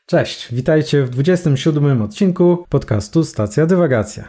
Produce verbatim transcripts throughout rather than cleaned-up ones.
Cześć, witajcie w dwudziestym siódmym odcinku podcastu Stacja Dywagacja.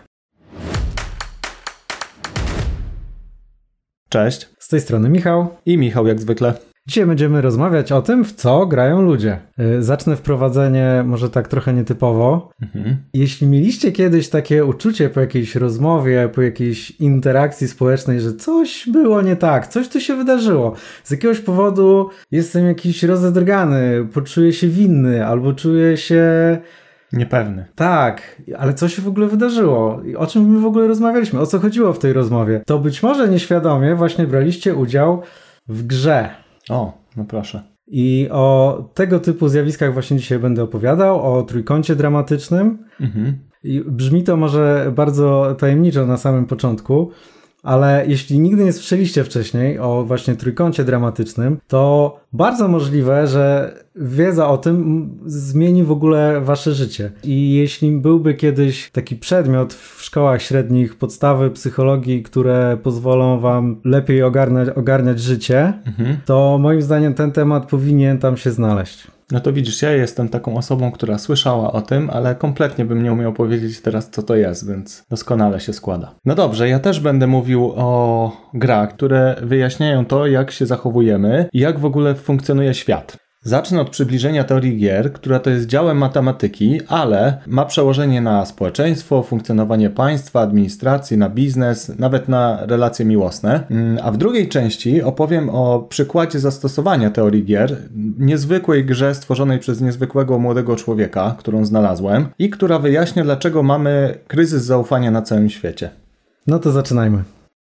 Cześć. Z tej strony Michał. I Michał jak zwykle. Dzisiaj będziemy rozmawiać o tym, w co grają ludzie. Zacznę wprowadzenie może tak trochę nietypowo. Mhm. Jeśli mieliście kiedyś takie uczucie po jakiejś rozmowie, po jakiejś interakcji społecznej, że coś było nie tak, coś tu się wydarzyło, z jakiegoś powodu jestem jakiś rozedrgany, poczuję się winny albo czuję się... niepewny. Tak, ale co się w ogóle wydarzyło? O czym my w ogóle rozmawialiśmy? O co chodziło w tej rozmowie? To być może nieświadomie właśnie braliście udział w grze. O, no proszę. I o tego typu zjawiskach właśnie dzisiaj będę opowiadał, o trójkącie dramatycznym. Mhm. I brzmi to może bardzo tajemniczo na samym początku, ale jeśli nigdy nie słyszeliście wcześniej o właśnie trójkącie dramatycznym, to bardzo możliwe, że wiedza o tym zmieni w ogóle wasze życie. I jeśli byłby kiedyś taki przedmiot w szkołach średnich, podstawy psychologii, które pozwolą wam lepiej ogarniać, ogarniać życie, mhm. to moim zdaniem ten temat powinien tam się znaleźć. No to widzisz, ja jestem taką osobą, która słyszała o tym, ale kompletnie bym nie umiał powiedzieć teraz, co to jest, więc doskonale się składa. No dobrze, ja też będę mówił o grach, które wyjaśniają to, jak się zachowujemy i jak w ogóle funkcjonuje świat. Zacznę od przybliżenia teorii gier, która to jest działem matematyki, ale ma przełożenie na społeczeństwo, funkcjonowanie państwa, administracji, na biznes, nawet na relacje miłosne. A w drugiej części opowiem o przykładzie zastosowania teorii gier, niezwykłej grze stworzonej przez niezwykłego młodego człowieka, którą znalazłem i która wyjaśnia, dlaczego mamy kryzys zaufania na całym świecie. No to zaczynajmy.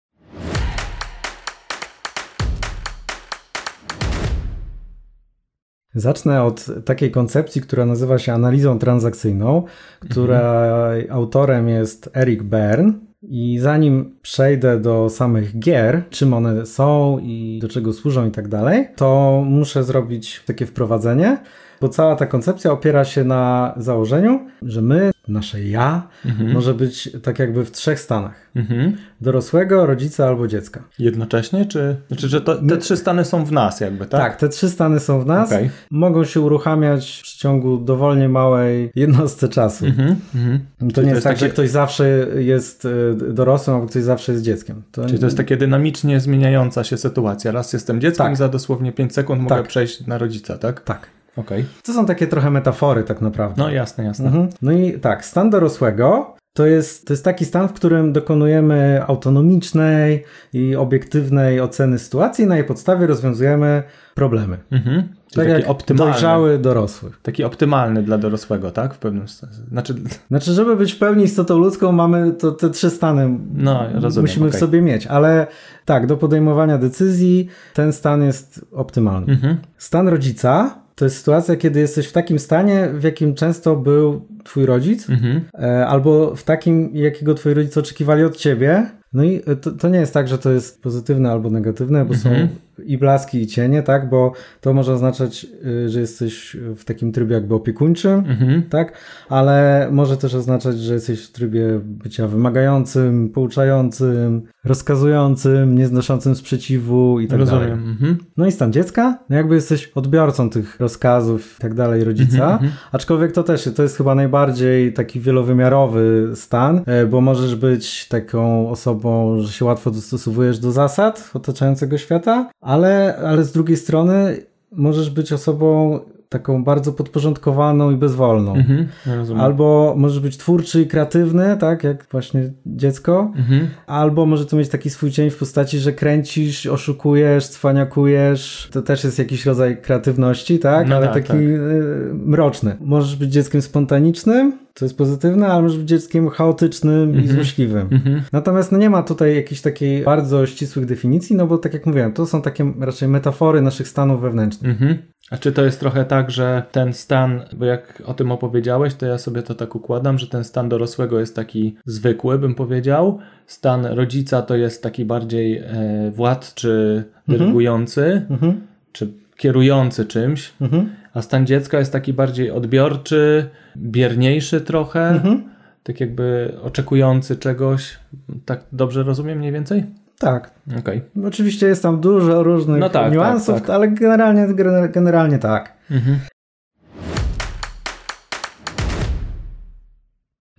Zacznę od takiej koncepcji, która nazywa się analizą transakcyjną, która mhm. autorem jest Eric Berne. I zanim przejdę do samych gier, czym one są i do czego służą i tak dalej, to muszę zrobić takie wprowadzenie, bo cała ta koncepcja opiera się na założeniu, że my, nasze ja, mhm. może być tak jakby w trzech stanach. Mhm. Dorosłego, rodzica albo dziecka. Jednocześnie? Czy znaczy, że to, te my... trzy stany są w nas jakby, tak? Tak, te trzy stany są w nas. Okay. Mogą się uruchamiać w przeciągu dowolnie małej jednostce czasu. Mhm. Mhm. To Czyli nie to jest tak, takie... że ktoś zawsze jest dorosłym, albo ktoś zawsze jest dzieckiem. To... Czyli to jest takie dynamicznie zmieniająca się sytuacja. Raz jestem dzieckiem, tak. za dosłownie pięć sekund mogę tak. przejść na rodzica, tak? Tak. Okay. To są takie trochę metafory tak naprawdę. No jasne, jasne. Mhm. No i tak, stan dorosłego to jest, to jest taki stan, w którym dokonujemy autonomicznej i obiektywnej oceny sytuacji, na jej podstawie rozwiązujemy problemy. Mhm. Tak taki jak optymalny, dojrzały dorosły. Taki optymalny dla dorosłego, tak? W pewnym sensie. Znaczy... znaczy, żeby być w pełni istotą ludzką, mamy to te trzy stany. No, rozumiem, musimy okay. w sobie mieć, ale tak, do podejmowania decyzji ten stan jest optymalny. Mhm. Stan rodzica to jest sytuacja, kiedy jesteś w takim stanie, w jakim często był twój rodzic, mhm. albo w takim, jakiego twoi rodzice oczekiwali od ciebie. No i to, to nie jest tak, że to jest pozytywne albo negatywne, bo mhm. są i blaski, i cienie, tak? Bo to może oznaczać, że jesteś w takim trybie jakby opiekuńczym, mhm. tak? Ale może też oznaczać, że jesteś w trybie bycia wymagającym, pouczającym, rozkazującym, nieznoszącym sprzeciwu i tak Rozumiem. dalej. Mhm. No i stan dziecka, no jakby jesteś odbiorcą tych rozkazów i tak dalej rodzica, mhm. aczkolwiek to też to jest chyba najbardziej taki wielowymiarowy stan, bo możesz być taką osobą, że się łatwo dostosowujesz do zasad otaczającego świata, ale, ale z drugiej strony możesz być osobą taką bardzo podporządkowaną i bezwolną. Mhm, ja albo możesz być twórczy i kreatywny, tak jak właśnie dziecko, mhm. albo może to mieć taki swój cień w postaci, że kręcisz, oszukujesz, cwaniakujesz. To też jest jakiś rodzaj kreatywności, tak? No ale tak, taki tak. mroczny. Możesz być dzieckiem spontanicznym, to jest pozytywne, ale możesz być dzieckiem chaotycznym mm-hmm. i złośliwym. Mm-hmm. Natomiast no nie ma tutaj jakichś takiej bardzo ścisłych definicji, no bo tak jak mówiłem, to są takie raczej metafory naszych stanów wewnętrznych. Mm-hmm. A czy to jest trochę tak, że ten stan, bo jak o tym opowiedziałeś, to ja sobie to tak układam, że ten stan dorosłego jest taki zwykły, bym powiedział. Stan rodzica to jest taki bardziej e, władczy, dyrygujący, mm-hmm. czy kierujący czymś, mhm. a stan dziecka jest taki bardziej odbiorczy, bierniejszy trochę, mhm. tak jakby oczekujący czegoś. Tak dobrze rozumiem mniej więcej? Tak. Okay. Oczywiście jest tam dużo różnych no tak, niuansów, tak, tak. ale generalnie, generalnie tak. Mhm.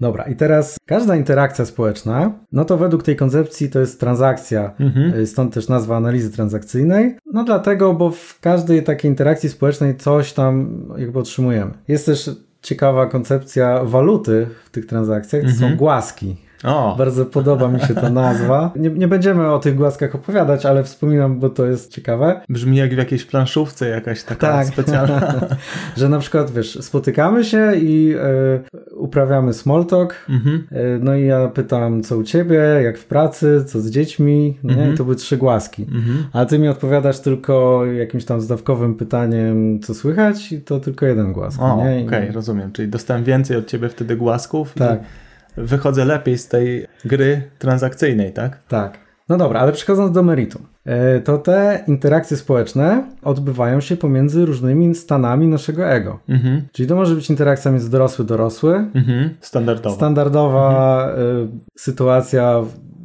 Dobra, i teraz każda interakcja społeczna, no to według tej koncepcji to jest transakcja, mhm. stąd też nazwa analizy transakcyjnej. No dlatego, bo w każdej takiej interakcji społecznej coś tam jakby otrzymujemy. Jest też ciekawa koncepcja waluty w tych transakcjach, to mhm. są głaski. O. Bardzo podoba mi się ta nazwa. Nie, nie będziemy o tych głaskach opowiadać, ale wspominam, bo to jest ciekawe. Brzmi jak w jakiejś planszówce jakaś taka tak. specjalna. Że na przykład, wiesz, spotykamy się i y, uprawiamy small talk, mhm. y, no i ja pytam, co u ciebie, jak w pracy, co z dziećmi, nie? Mhm. I to były trzy głaski. Mhm. A ty mi odpowiadasz tylko jakimś tam zdawkowym pytaniem, co słychać i to tylko jeden głask. O, okej, okay, rozumiem. Czyli dostałem więcej od ciebie wtedy głasków. Tak. I... Wychodzę lepiej z tej gry transakcyjnej, tak? Tak. No dobra, ale przechodząc do meritum, to te interakcje społeczne odbywają się pomiędzy różnymi stanami naszego ego. Mhm. Czyli to może być interakcja między dorosły-dorosły. Mhm. Standardowa. Standardowa mhm. sytuacja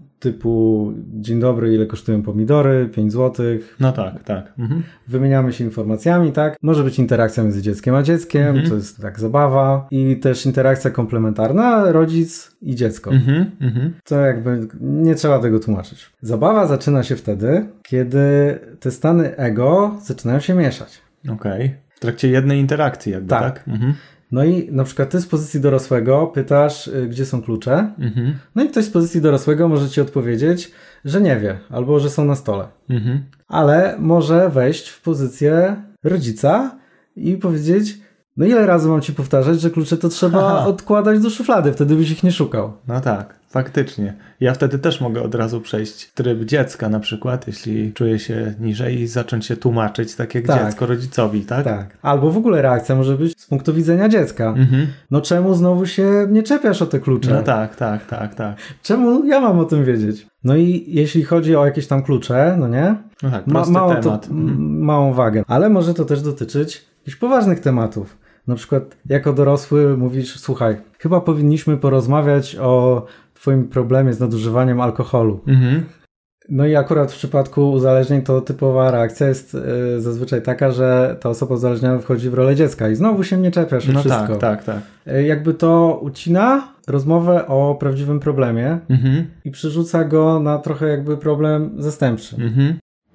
typu dzień dobry, ile kosztują pomidory, pięć złotych. No tak, tak. Mhm. Wymieniamy się informacjami, tak? Może być interakcja między dzieckiem a dzieckiem, mhm. to jest tak zabawa. I też interakcja komplementarna, rodzic i dziecko. Mhm. Mhm. To jakby nie trzeba tego tłumaczyć. Zabawa zaczyna się wtedy, kiedy te stany ego zaczynają się mieszać. Okej. Okay. W trakcie jednej interakcji jakby, tak? tak? Mhm. No i na przykład ty z pozycji dorosłego pytasz, y, gdzie są klucze. Mhm. No i ktoś z pozycji dorosłego może ci odpowiedzieć, że nie wie, albo że są na stole. Mhm. Ale może wejść w pozycję rodzica i powiedzieć, no ile razy mam ci powtarzać, że klucze to trzeba Aha. odkładać do szuflady, wtedy byś ich nie szukał. No tak, faktycznie. Ja wtedy też mogę od razu przejść w tryb dziecka na przykład, jeśli czuję się niżej i zacząć się tłumaczyć tak jak tak. dziecko rodzicowi, tak? Tak. Albo w ogóle reakcja może być z punktu widzenia dziecka. Mhm. No czemu znowu się nie czepiasz o te klucze? No tak, tak, tak, tak. Czemu ja mam o tym wiedzieć? No i jeśli chodzi o jakieś tam klucze, no nie? No tak, prosty Ma, mało temat. To, mhm. Małą wagę. Ale może to też dotyczyć jakichś poważnych tematów. Na przykład jako dorosły mówisz, słuchaj, chyba powinniśmy porozmawiać o twoim problemie z nadużywaniem alkoholu. Mhm. No i akurat w przypadku uzależnień to typowa reakcja jest y, zazwyczaj taka, że ta osoba uzależniona wchodzi w rolę dziecka i znowu się nie czepiasz o no wszystko. Tak, tak, tak. Y, jakby to ucina rozmowę o prawdziwym problemie mhm. i przerzuca go na trochę jakby problem zastępczy. Mhm.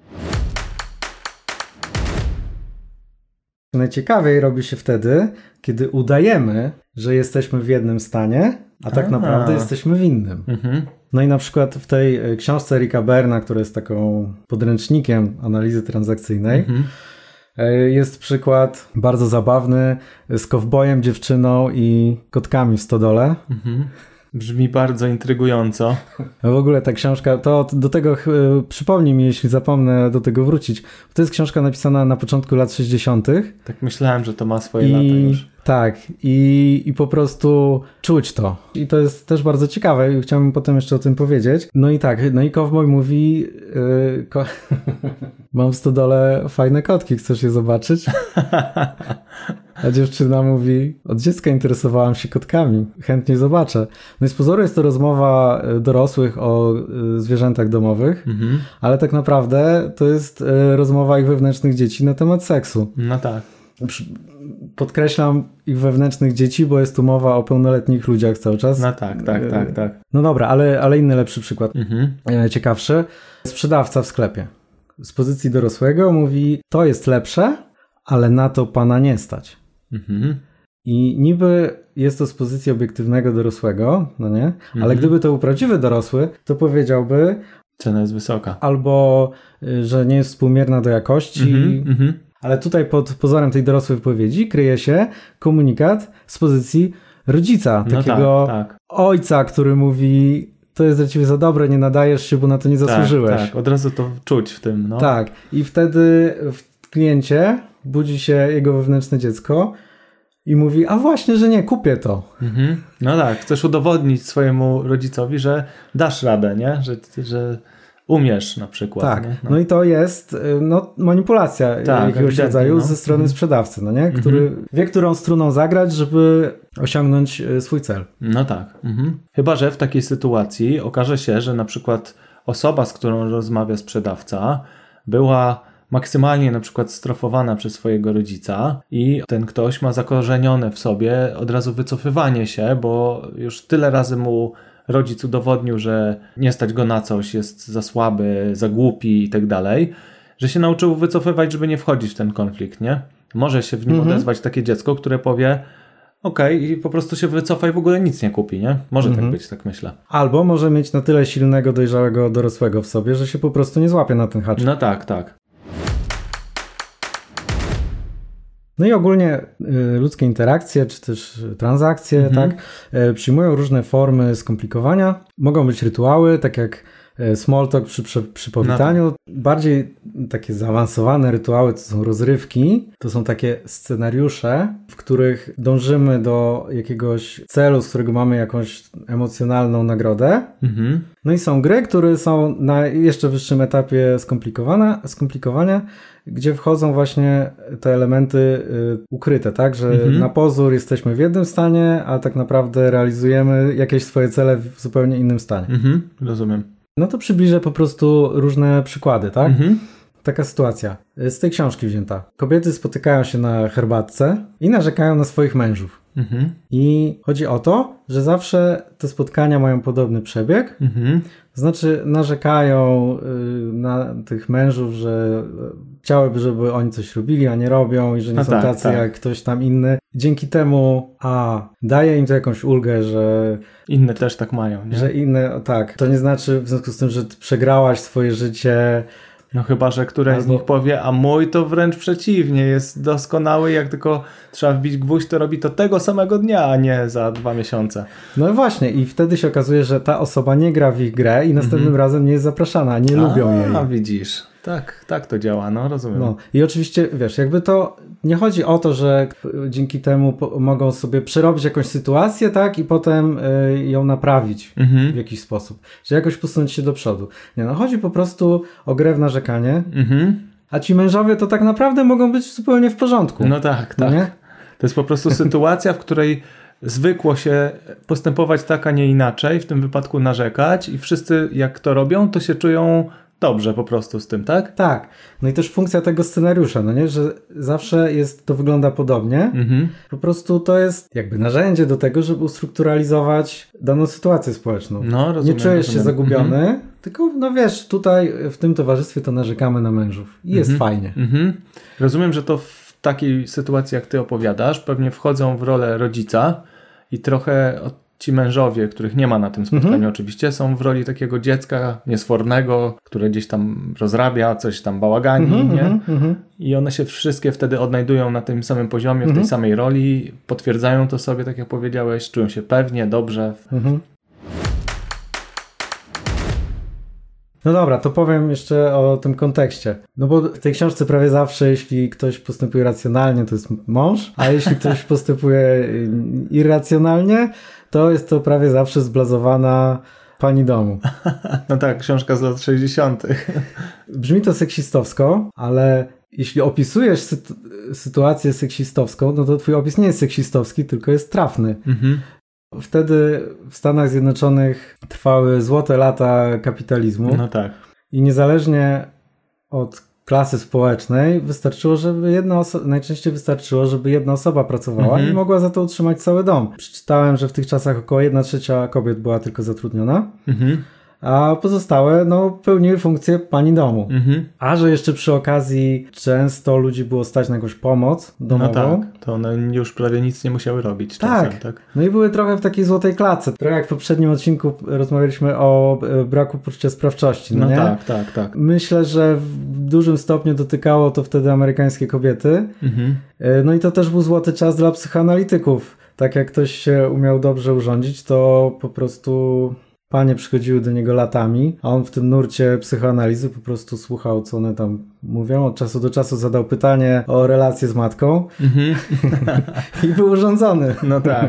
Najciekawiej robi się wtedy, kiedy udajemy, że jesteśmy w jednym stanie, a tak Aha. naprawdę jesteśmy w innym. Mhm. No i na przykład w tej książce Ricka Berna, która jest taką podręcznikiem analizy transakcyjnej, mhm. jest przykład bardzo zabawny z kowbojem, dziewczyną i kotkami w stodole. Mhm. Brzmi bardzo intrygująco. W ogóle ta książka, to do tego y, przypomnij mi, jeśli zapomnę do tego wrócić. To jest książka napisana na początku lat sześćdziesiątych. Tak myślałem, że to ma swoje I, lata już. Tak. I, I po prostu czuć to. I to jest też bardzo ciekawe i chciałbym potem jeszcze o tym powiedzieć. No i tak, no i kowboj mówi yy, ko- mam w stodole fajne kotki, chcesz je zobaczyć? A dziewczyna mówi, od dziecka interesowałam się kotkami, chętnie zobaczę. No i z pozoru jest to rozmowa dorosłych o zwierzętach domowych, mhm. ale tak naprawdę to jest rozmowa ich wewnętrznych dzieci na temat seksu. No tak. Podkreślam ich wewnętrznych dzieci, bo jest tu mowa o pełnoletnich ludziach cały czas. No tak, tak, tak, tak. No dobra, ale, ale inny lepszy przykład, mhm. ciekawszy. Sprzedawca w sklepie z pozycji dorosłego mówi, to jest lepsze, ale na to pana nie stać. Mhm. I niby jest to z pozycji obiektywnego dorosłego, no nie? Mhm. Ale gdyby to był prawdziwy dorosły, to powiedziałby... Cena jest wysoka. Albo, że nie jest współmierna do jakości. Mhm, mhm. Ale tutaj pod pozorem tej dorosłej wypowiedzi kryje się komunikat z pozycji rodzica. No takiego tak, tak. ojca, który mówi... To jest dla ciebie za dobre, nie nadajesz się, bo na to nie zasłużyłeś. Tak, tak. Od razu to czuć w tym. No. Tak. I wtedy w kliencie budzi się jego wewnętrzne dziecko i mówi, a właśnie, że nie, kupię to. Mhm. No tak, chcesz udowodnić swojemu rodzicowi, że dasz radę, nie? Że, że umiesz na przykład. Tak, nie? No. no i to jest no, manipulacja tak, jakiegoś rodzaju no. ze strony mhm. sprzedawcy, no nie? Który mhm. wie, którą struną zagrać, żeby osiągnąć swój cel. No tak. Mhm. Chyba że w takiej sytuacji okaże się, że na przykład osoba, z którą rozmawia sprzedawca, była maksymalnie na przykład strofowana przez swojego rodzica i ten ktoś ma zakorzenione w sobie od razu wycofywanie się, bo już tyle razy mu rodzic udowodnił, że nie stać go na coś, jest za słaby, za głupi i tak dalej, że się nauczył wycofywać, żeby nie wchodzić w ten konflikt, nie? Może się w nim mhm. odezwać takie dziecko, które powie okej, okay, i po prostu się wycofa i w ogóle nic nie kupi, nie? Może mhm. tak być, tak myślę. Albo może mieć na tyle silnego, dojrzałego dorosłego w sobie, że się po prostu nie złapie na ten haczyk. No tak, tak. No i ogólnie y, ludzkie interakcje, czy też transakcje, mhm. tak, y, przyjmują różne formy skomplikowania. Mogą być rytuały, tak jak small talk przy, przy, przy powitaniu. No. Bardziej takie zaawansowane rytuały to są rozrywki, to są takie scenariusze, w których dążymy do jakiegoś celu, z którego mamy jakąś emocjonalną nagrodę. Mhm. No i są gry, które są na jeszcze wyższym etapie skomplikowania, skomplikowania gdzie wchodzą właśnie te elementy y, ukryte, tak, że mhm. na pozór jesteśmy w jednym stanie, a tak naprawdę realizujemy jakieś swoje cele w zupełnie innym stanie. Mhm. Rozumiem. No to przybliżę po prostu różne przykłady, tak? Mhm. Taka sytuacja. Z tej książki wzięta. Kobiety spotykają się na herbatce i narzekają na swoich mężów. Mhm. I chodzi o to, że zawsze te spotkania mają podobny przebieg. Mhm. Znaczy narzekają y, na tych mężów, że chciałyby, żeby oni coś robili, a nie robią i że nie a są tak, tacy tak. jak ktoś tam inny. Dzięki temu a daje im to jakąś ulgę, że inne też tak mają, nie? Że inne, tak. To nie znaczy w związku z tym, że przegrałaś swoje życie. No chyba, że któraś Albo... z nich powie, a mój to wręcz przeciwnie, jest doskonały, jak tylko trzeba wbić gwóźdź, to robi to tego samego dnia, a nie za dwa miesiące. No właśnie i wtedy się okazuje, że ta osoba nie gra w ich grę i następnym mm-hmm. razem nie jest zapraszana, nie a, lubią jej. A widzisz, tak, tak to działa, no rozumiem. No i oczywiście, wiesz, jakby to nie chodzi o to, że dzięki temu po- mogą sobie przerobić jakąś sytuację, tak, i potem y, ją naprawić mm-hmm. w jakiś sposób, że jakoś posunąć się do przodu. Nie, no chodzi po prostu o grę w narzekanie, mm-hmm. a ci mężowie to tak naprawdę mogą być zupełnie w porządku. No tak, tak. Nie? To jest po prostu sytuacja, w której zwykło się postępować tak, a nie inaczej, w tym wypadku narzekać i wszyscy jak to robią, to się czują dobrze po prostu z tym, tak? Tak. No i też funkcja tego scenariusza, no nie? Że zawsze jest, to wygląda podobnie. Mhm. Po prostu to jest jakby narzędzie do tego, żeby ustrukturalizować daną sytuację społeczną. No, rozumiem, nie czujesz rozumiem. się zagubiony, mhm. tylko no wiesz, tutaj w tym towarzystwie to narzekamy na mężów i jest mhm. fajnie. Mhm. Rozumiem, że to w takiej sytuacji, jak ty opowiadasz, pewnie wchodzą w rolę rodzica i trochę od ci mężowie, których nie ma na tym spotkaniu mhm. oczywiście, są w roli takiego dziecka niesfornego, które gdzieś tam rozrabia, coś tam bałagani, mhm, nie? Mhm. I one się wszystkie wtedy odnajdują na tym samym poziomie, w mhm. tej samej roli, potwierdzają to sobie, tak jak powiedziałeś, czują się pewnie, dobrze. Mhm. No dobra, to powiem jeszcze o tym kontekście. No bo w tej książce prawie zawsze, jeśli ktoś postępuje racjonalnie, to jest mąż, a jeśli ktoś postępuje irracjonalnie, to jest to prawie zawsze zblazowana pani domu. No tak, książka z lat sześćdziesiątych. Brzmi to seksistowsko, ale jeśli opisujesz sytu- sytuację seksistowską, no to twój opis nie jest seksistowski, tylko jest trafny. Mhm. Wtedy w Stanach Zjednoczonych trwały złote lata kapitalizmu. No tak. I niezależnie od klasy społecznej wystarczyło, żeby jedna osoba, najczęściej wystarczyło, żeby jedna osoba pracowała mhm. i mogła za to utrzymać cały dom. Przeczytałem, że w tych czasach około jedna trzecia kobiet była tylko zatrudniona. Mhm. A pozostałe no, pełniły funkcję pani domu. Mhm. A że jeszcze przy okazji często ludzi było stać na jakąś pomoc domową. No tak, to one już prawie nic nie musiały robić. Tak. Czasem, tak. No i były trochę w takiej złotej klatce. Trochę jak w poprzednim odcinku rozmawialiśmy o braku poczucia sprawczości. No, no nie? tak, tak, tak. Myślę, że w dużym stopniu dotykało to wtedy amerykańskie kobiety. Mhm. No i to też był złoty czas dla psychoanalityków. Tak jak ktoś się umiał dobrze urządzić, to po prostu panie przychodziły do niego latami, a on w tym nurcie psychoanalizy po prostu słuchał, co one tam mówią. Od czasu do czasu zadał pytanie o relację z matką mhm. i był urządzony. No tak.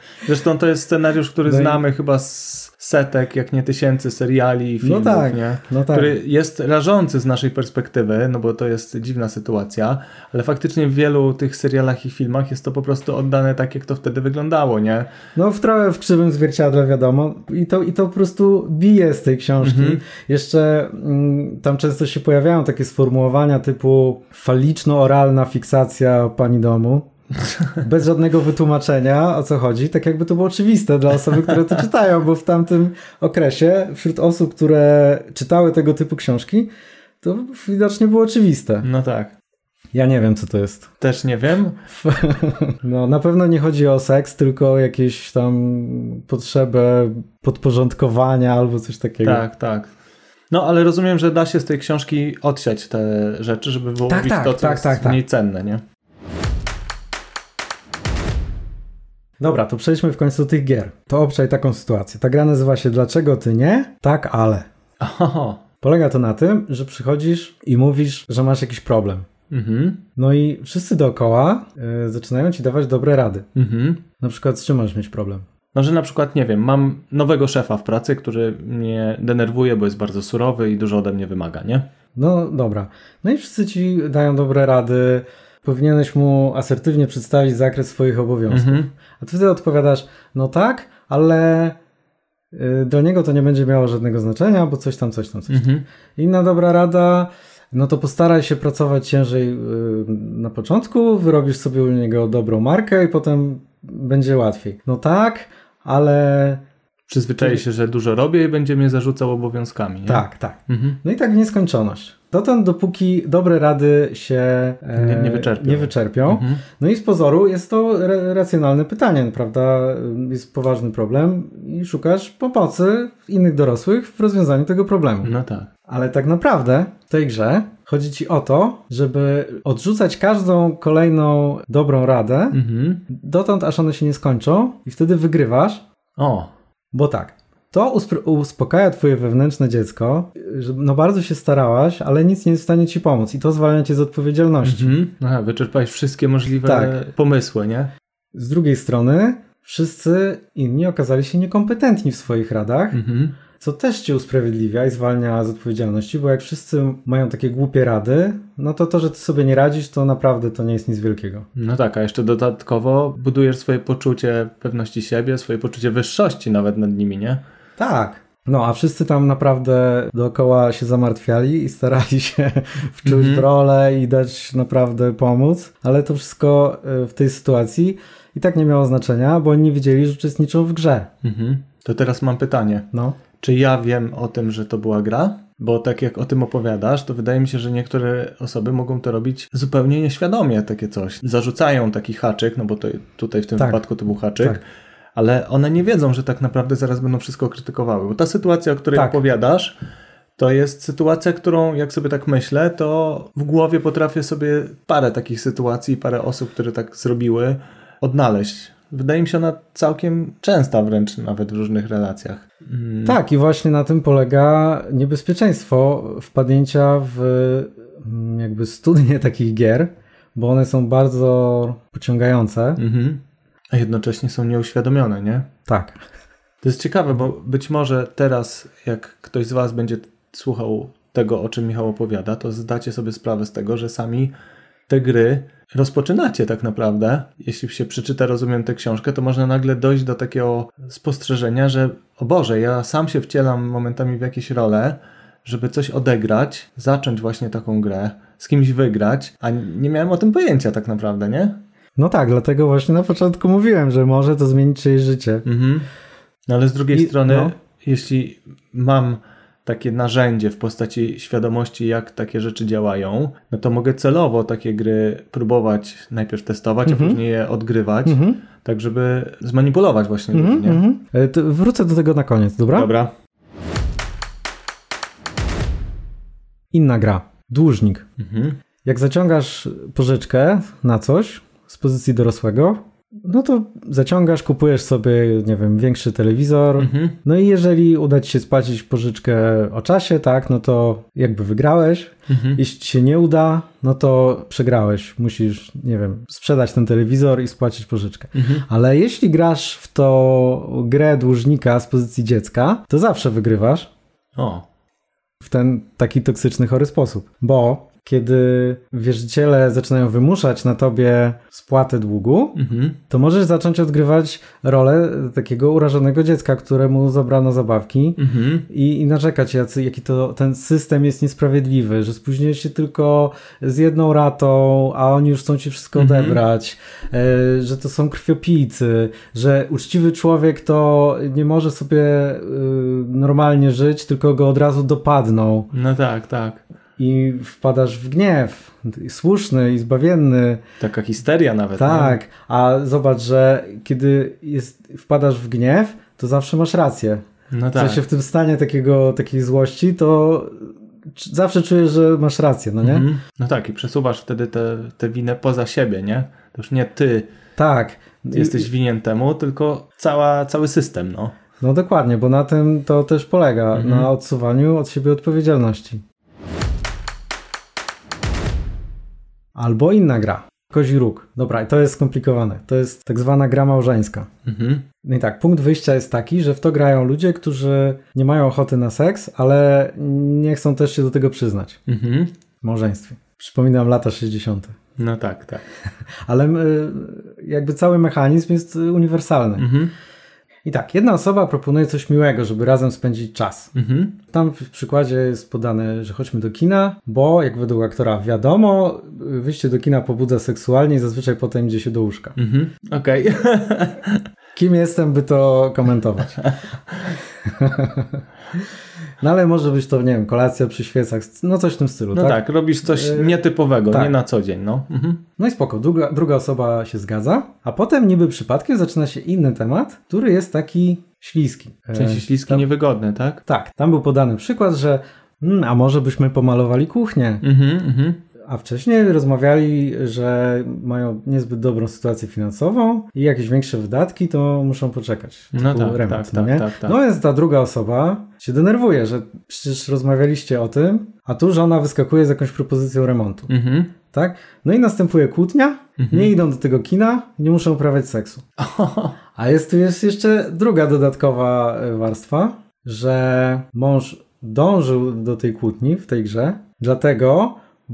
Zresztą to jest scenariusz, który no znamy i... chyba z setek, jak nie tysięcy seriali i filmów, no tak, nie? No tak. Który jest rażący z naszej perspektywy, no bo to jest dziwna sytuacja, ale faktycznie w wielu tych serialach i filmach jest to po prostu oddane tak, jak to wtedy wyglądało, nie? No w trochę w krzywym zwierciadle, wiadomo. I to, i to po prostu bije z tej książki. Mhm. Jeszcze mm, tam często się pojawiają takie sformułowania typu faliczno-oralna fiksacja pani domu. Bez żadnego wytłumaczenia, o co chodzi, tak jakby to było oczywiste dla osoby, które to czytają, bo w tamtym okresie wśród osób, które czytały tego typu książki, to widocznie było oczywiste. No tak. Ja nie wiem, co to jest. Też nie wiem. No, na pewno nie chodzi o seks, tylko o jakieś tam potrzebę podporządkowania albo coś takiego. Tak, tak. No, ale rozumiem, że da się z tej książki odsiać te rzeczy, żeby wyłowić tak, tak, to, co tak, jest tak, tak. mniej cenne, nie? Dobra, to przejdźmy w końcu do tych gier. To obczaj taką sytuację. Ta gra nazywa się Dlaczego ty nie? Tak, ale. Oho. Polega to na tym, że przychodzisz i mówisz, że masz jakiś problem. Mhm. No i wszyscy dookoła y, zaczynają ci dawać dobre rady. Mhm. Na przykład z czym możesz mieć problem? No, że na przykład, nie wiem, mam nowego szefa w pracy, który mnie denerwuje, bo jest bardzo surowy i dużo ode mnie wymaga, nie? No dobra. No i wszyscy ci dają dobre rady. Powinieneś mu asertywnie przedstawić zakres swoich obowiązków. Mhm. A ty wtedy odpowiadasz, no tak, ale y, dla niego to nie będzie miało żadnego znaczenia, bo coś tam, coś tam, coś mhm. tam. Inna dobra rada, no to postaraj się pracować ciężej y, na początku, wyrobisz sobie u niego dobrą markę i potem będzie łatwiej. No tak, ale... Przyzwyczai się, że dużo robię i będzie mnie zarzucał obowiązkami. Nie? Tak, tak. Mhm. No i tak w nieskończoność. Dotąd, dopóki dobre rady się e, nie, nie wyczerpią. Nie wyczerpią. Mhm. No i z pozoru jest to re- racjonalne pytanie, prawda? Jest poważny problem i szukasz pomocy innych dorosłych w rozwiązaniu tego problemu. No tak. Ale tak naprawdę w tej grze chodzi ci o to, żeby odrzucać każdą kolejną dobrą radę mhm. dotąd, aż one się nie skończą i wtedy wygrywasz. O. Bo tak, to usp- uspokaja twoje wewnętrzne dziecko, że no bardzo się starałaś, ale nic nie jest w stanie ci pomóc i to zwalnia cię z odpowiedzialności. Mhm. Aha, wyczerpałeś wszystkie możliwe tak. pomysły, nie? Z drugiej strony wszyscy inni okazali się niekompetentni w swoich radach, mhm. co też cię usprawiedliwia i zwalnia z odpowiedzialności, bo jak wszyscy mają takie głupie rady, no to to, że ty sobie nie radzisz, to naprawdę to nie jest nic wielkiego. No tak, a jeszcze dodatkowo budujesz swoje poczucie pewności siebie, swoje poczucie wyższości nawet nad nimi, nie? Tak. No, a wszyscy tam naprawdę dookoła się zamartwiali i starali się wczuć mm-hmm. w rolę i dać naprawdę pomóc, ale to wszystko w tej sytuacji i tak nie miało znaczenia, bo oni nie wiedzieli, że uczestniczą w grze. Mm-hmm. To teraz mam pytanie. No. Czy ja wiem o tym, że to była gra? Bo tak jak o tym opowiadasz, to wydaje mi się, że niektóre osoby mogą to robić zupełnie nieświadomie, takie coś. Zarzucają taki haczyk, no bo to, tutaj w tym tak. wypadku to był haczyk, tak. ale one nie wiedzą, że tak naprawdę zaraz będą wszystko krytykowały. Bo ta sytuacja, o której tak. opowiadasz, to jest sytuacja, którą jak sobie tak myślę, to w głowie potrafię sobie parę takich sytuacji, parę osób, które tak zrobiły, odnaleźć. Wydaje mi się ona całkiem częsta wręcz nawet w różnych relacjach. Mm. Tak i właśnie na tym polega niebezpieczeństwo wpadnięcia w jakby studnię takich gier, bo one są bardzo pociągające. Mm-hmm. A jednocześnie są nieuświadomione, nie? Tak. To jest ciekawe, bo być może teraz jak ktoś z was będzie słuchał tego, o czym Michał opowiada, to zdacie sobie sprawę z tego, że sami te gry rozpoczynacie tak naprawdę. Jeśli się przeczyta, rozumiem, tę książkę, to można nagle dojść do takiego spostrzeżenia, że o Boże, ja sam się wcielam momentami w jakieś role, żeby coś odegrać, zacząć właśnie taką grę, z kimś wygrać, a nie miałem o tym pojęcia tak naprawdę, nie? No tak, dlatego właśnie na początku mówiłem, że może to zmienić czyjeś życie. Mhm. No ale z drugiej I, strony, no. jeśli mam takie narzędzie w postaci świadomości, jak takie rzeczy działają, no to mogę celowo takie gry próbować najpierw testować, mm-hmm. a później je odgrywać, mm-hmm. tak żeby zmanipulować właśnie mm-hmm. ludzi, nie? Mm-hmm. To wrócę do tego na koniec, dobra? Dobra. Inna gra. Dłużnik. Mm-hmm. Jak zaciągasz pożyczkę na coś z pozycji dorosłego, no to zaciągasz, kupujesz sobie, nie wiem, większy telewizor. Mhm. No i jeżeli uda ci się spłacić pożyczkę o czasie, tak, no to jakby wygrałeś. Mhm. Jeśli ci się nie uda, no to przegrałeś. Musisz, nie wiem, sprzedać ten telewizor i spłacić pożyczkę. Mhm. Ale jeśli grasz w to grę dłużnika z pozycji dziecka, to zawsze wygrywasz. O. W ten taki toksyczny, chory sposób. Bo kiedy wierzyciele zaczynają wymuszać na tobie spłatę długu, mhm. to możesz zacząć odgrywać rolę takiego urażonego dziecka, któremu zabrano zabawki mhm. i, i narzekać, jacy, jaki to ten system jest niesprawiedliwy, że spóźniłeś się tylko z jedną ratą, a oni już chcą ci wszystko mhm. odebrać, e, że to są krwiopijcy, że uczciwy człowiek to nie może sobie y, normalnie żyć, tylko go od razu dopadną. No tak, tak. I wpadasz w gniew, słuszny i zbawienny. Taka histeria nawet. Tak, nie? A zobacz, że kiedy jest, wpadasz w gniew, to zawsze masz rację. No tak. W sensie w tym stanie takiego, takiej złości, to zawsze czujesz, że masz rację, no nie? Mm-hmm. No tak, i przesuwasz wtedy tę winę poza siebie, nie? To już nie ty tak. jesteś winien temu, tylko cała, cały system, no. No dokładnie, bo na tym to też polega, mm-hmm. na odsuwaniu od siebie odpowiedzialności. Albo inna gra. Kozi róg. Dobra, i to jest skomplikowane. To jest tak zwana gra małżeńska. Mhm. No i tak, punkt wyjścia jest taki, że w to grają ludzie, którzy nie mają ochoty na seks, ale nie chcą też się do tego przyznać. Mhm. W małżeństwie. Przypominam lata sześćdziesiąte. No tak, tak. Ale jakby cały mechanizm jest uniwersalny. Mhm. I tak, jedna osoba proponuje coś miłego, żeby razem spędzić czas. Mhm. Tam w przykładzie jest podane, że chodźmy do kina, bo jak według aktora wiadomo, wyjście do kina pobudza seksualnie i zazwyczaj potem idzie się do łóżka. Mhm. Okej. Okay. Kim jestem, by to komentować? No ale może być to, nie wiem, kolacja przy świecach, no coś w tym stylu, no tak? No tak, robisz coś nietypowego, tak. Nie na co dzień, no. Mhm. No i spoko, druga, druga osoba się zgadza, a potem niby przypadkiem zaczyna się inny temat, który jest taki śliski. W sensie śliski, tam, niewygodny, tak? Tak, tam był podany przykład, że hmm, a może byśmy pomalowali kuchnię. Mhm, mhm. A wcześniej rozmawiali, że mają niezbyt dobrą sytuację finansową i jakieś większe wydatki, to muszą poczekać. No tak, remont, tak, no, tak, tak, tak. No więc ta druga osoba się denerwuje, że przecież rozmawialiście o tym, a tu żona wyskakuje z jakąś propozycją remontu. Mhm. Tak? No i następuje kłótnia, mhm. nie idą do tego kina, nie muszą uprawiać seksu. A jest tu jest jeszcze druga dodatkowa warstwa, że mąż dążył do tej kłótni w tej grze, dlatego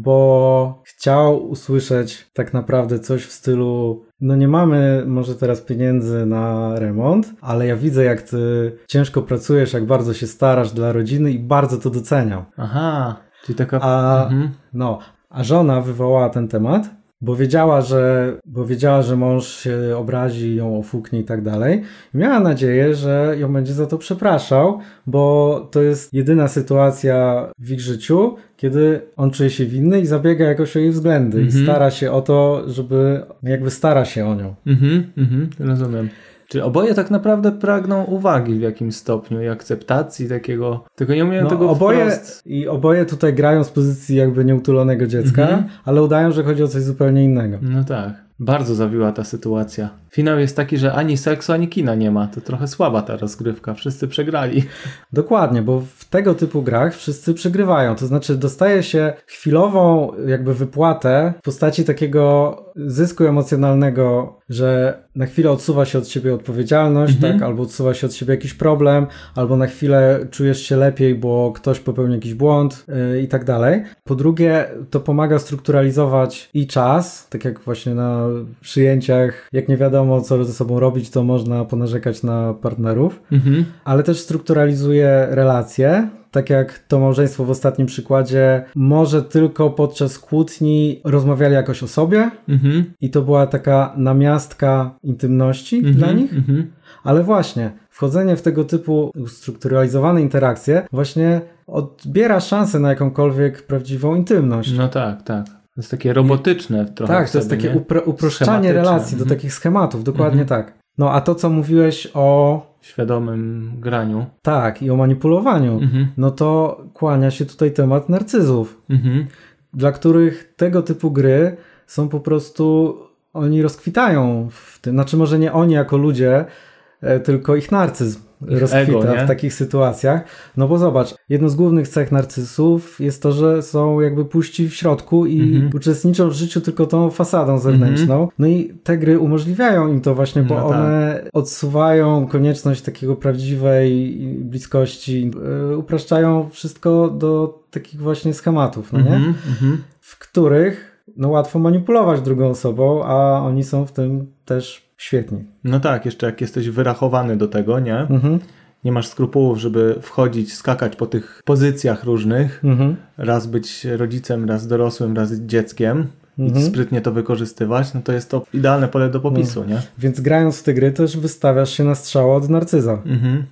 bo chciał usłyszeć tak naprawdę coś w stylu no nie mamy może teraz pieniędzy na remont, ale ja widzę jak ty ciężko pracujesz, jak bardzo się starasz dla rodziny i bardzo to doceniał. Aha, czyli taka... A, mhm. no, a żona wywołała ten temat, bo wiedziała, że, bo wiedziała, że mąż się obrazi, ją ofuknie i tak dalej. I miała nadzieję, że ją będzie za to przepraszał, bo to jest jedyna sytuacja w ich życiu, kiedy on czuje się winny i zabiega jakoś o jej względy mm-hmm. i stara się o to, żeby jakby stara się o nią. Mhm, mhm, rozumiem. Czy oboje tak naprawdę pragną uwagi w jakimś stopniu i akceptacji takiego, tylko nie umieją no, tego oboje, wprost. I oboje tutaj grają z pozycji jakby nieutulonego dziecka, mhm. ale udają, że chodzi o coś zupełnie innego. No tak. Bardzo zawiła ta sytuacja. Finał jest taki, że ani seksu, ani kina nie ma. To trochę słaba ta rozgrywka. Wszyscy przegrali. Dokładnie, bo w tego typu grach wszyscy przegrywają. To znaczy dostaje się chwilową jakby wypłatę w postaci takiego zysku emocjonalnego, że na chwilę odsuwa się od siebie odpowiedzialność, mhm. tak? Albo odsuwa się od siebie jakiś problem, albo na chwilę czujesz się lepiej, bo ktoś popełnił jakiś błąd yy, i tak dalej. Po drugie, to pomaga strukturalizować i czas, tak jak właśnie na przyjęciach, jak nie wiadomo co ze sobą robić, to można ponarzekać na partnerów, mhm. ale też strukturalizuje relacje, tak jak to małżeństwo w ostatnim przykładzie, może tylko podczas kłótni rozmawiali jakoś o sobie mhm. i to była taka namiastka intymności mhm. dla nich, mhm. ale właśnie wchodzenie w tego typu strukturalizowane interakcje właśnie odbiera szansę na jakąkolwiek prawdziwą intymność. No tak, tak. To jest takie robotyczne I, trochę. Tak, to jest sobie, takie upro- uproszczanie relacji do takich schematów, dokładnie mhm. tak. No a to, co mówiłeś o świadomym graniu. Tak, i o manipulowaniu, mhm. no to kłania się tutaj temat narcyzów, mhm. dla których tego typu gry są po prostu oni rozkwitają w tym, znaczy może nie oni jako ludzie, tylko ich narcyzm ich rozkwita ego, w takich sytuacjach. No bo zobacz, jedną z głównych cech narcysów jest to, że są jakby puści w środku i mhm. uczestniczą w życiu tylko tą fasadą zewnętrzną. Mhm. No i te gry umożliwiają im to właśnie, bo no tak. one odsuwają konieczność takiego prawdziwej bliskości, yy, upraszczają wszystko do takich właśnie schematów, no nie? Mhm. Mhm. W których no łatwo manipulować drugą osobą, a oni są w tym też świetnie. No tak, jeszcze jak jesteś wyrachowany do tego, nie? Mhm. Nie masz skrupułów, żeby wchodzić, skakać po tych pozycjach różnych. Mhm. Raz być rodzicem, raz dorosłym, raz dzieckiem mhm. i sprytnie to wykorzystywać, no to jest to idealne pole do popisu, no. nie? Więc grając w te gry też wystawiasz się na strzał od narcyza. Mhm.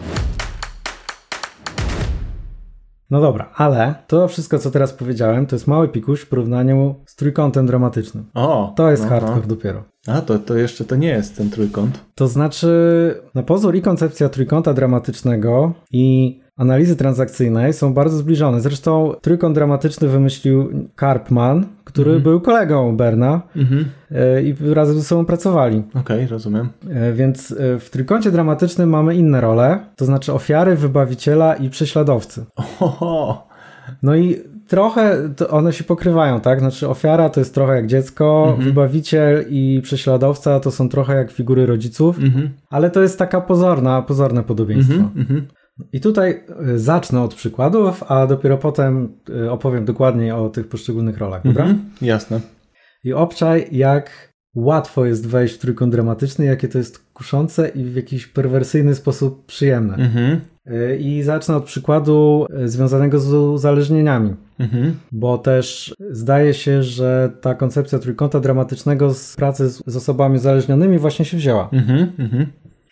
No dobra, ale to wszystko, co teraz powiedziałem, to jest mały pikuś w porównaniu z trójkątem dramatycznym. O! To jest hardcore no. dopiero. A, to, to jeszcze to nie jest ten trójkąt. To znaczy, na pozór i koncepcja trójkąta dramatycznego i analizy transakcyjnej są bardzo zbliżone. Zresztą trójkąt dramatyczny wymyślił Karpman, który mhm. był kolegą Berna mhm. i razem ze sobą pracowali. Okej, okay, rozumiem. Więc w trójkącie dramatycznym mamy inne role, to znaczy ofiary, wybawiciela i prześladowcy. Oho. No i trochę to one się pokrywają, tak? Znaczy ofiara to jest trochę jak dziecko, mhm. wybawiciel i prześladowca to są trochę jak figury rodziców, mhm. ale to jest taka pozorna, pozorne podobieństwo. Mhm. Mhm. I tutaj zacznę od przykładów, a dopiero potem opowiem dokładniej o tych poszczególnych rolach, dobra? Mhm, jasne. I obczaj, jak łatwo jest wejść w trójkąt dramatyczny, jakie to jest kuszące i w jakiś perwersyjny sposób przyjemne. Mhm. I zacznę od przykładu związanego z uzależnieniami, mhm. bo też zdaje się, że ta koncepcja trójkąta dramatycznego z pracy z, z osobami uzależnionymi właśnie się wzięła. Mhm. Mhm.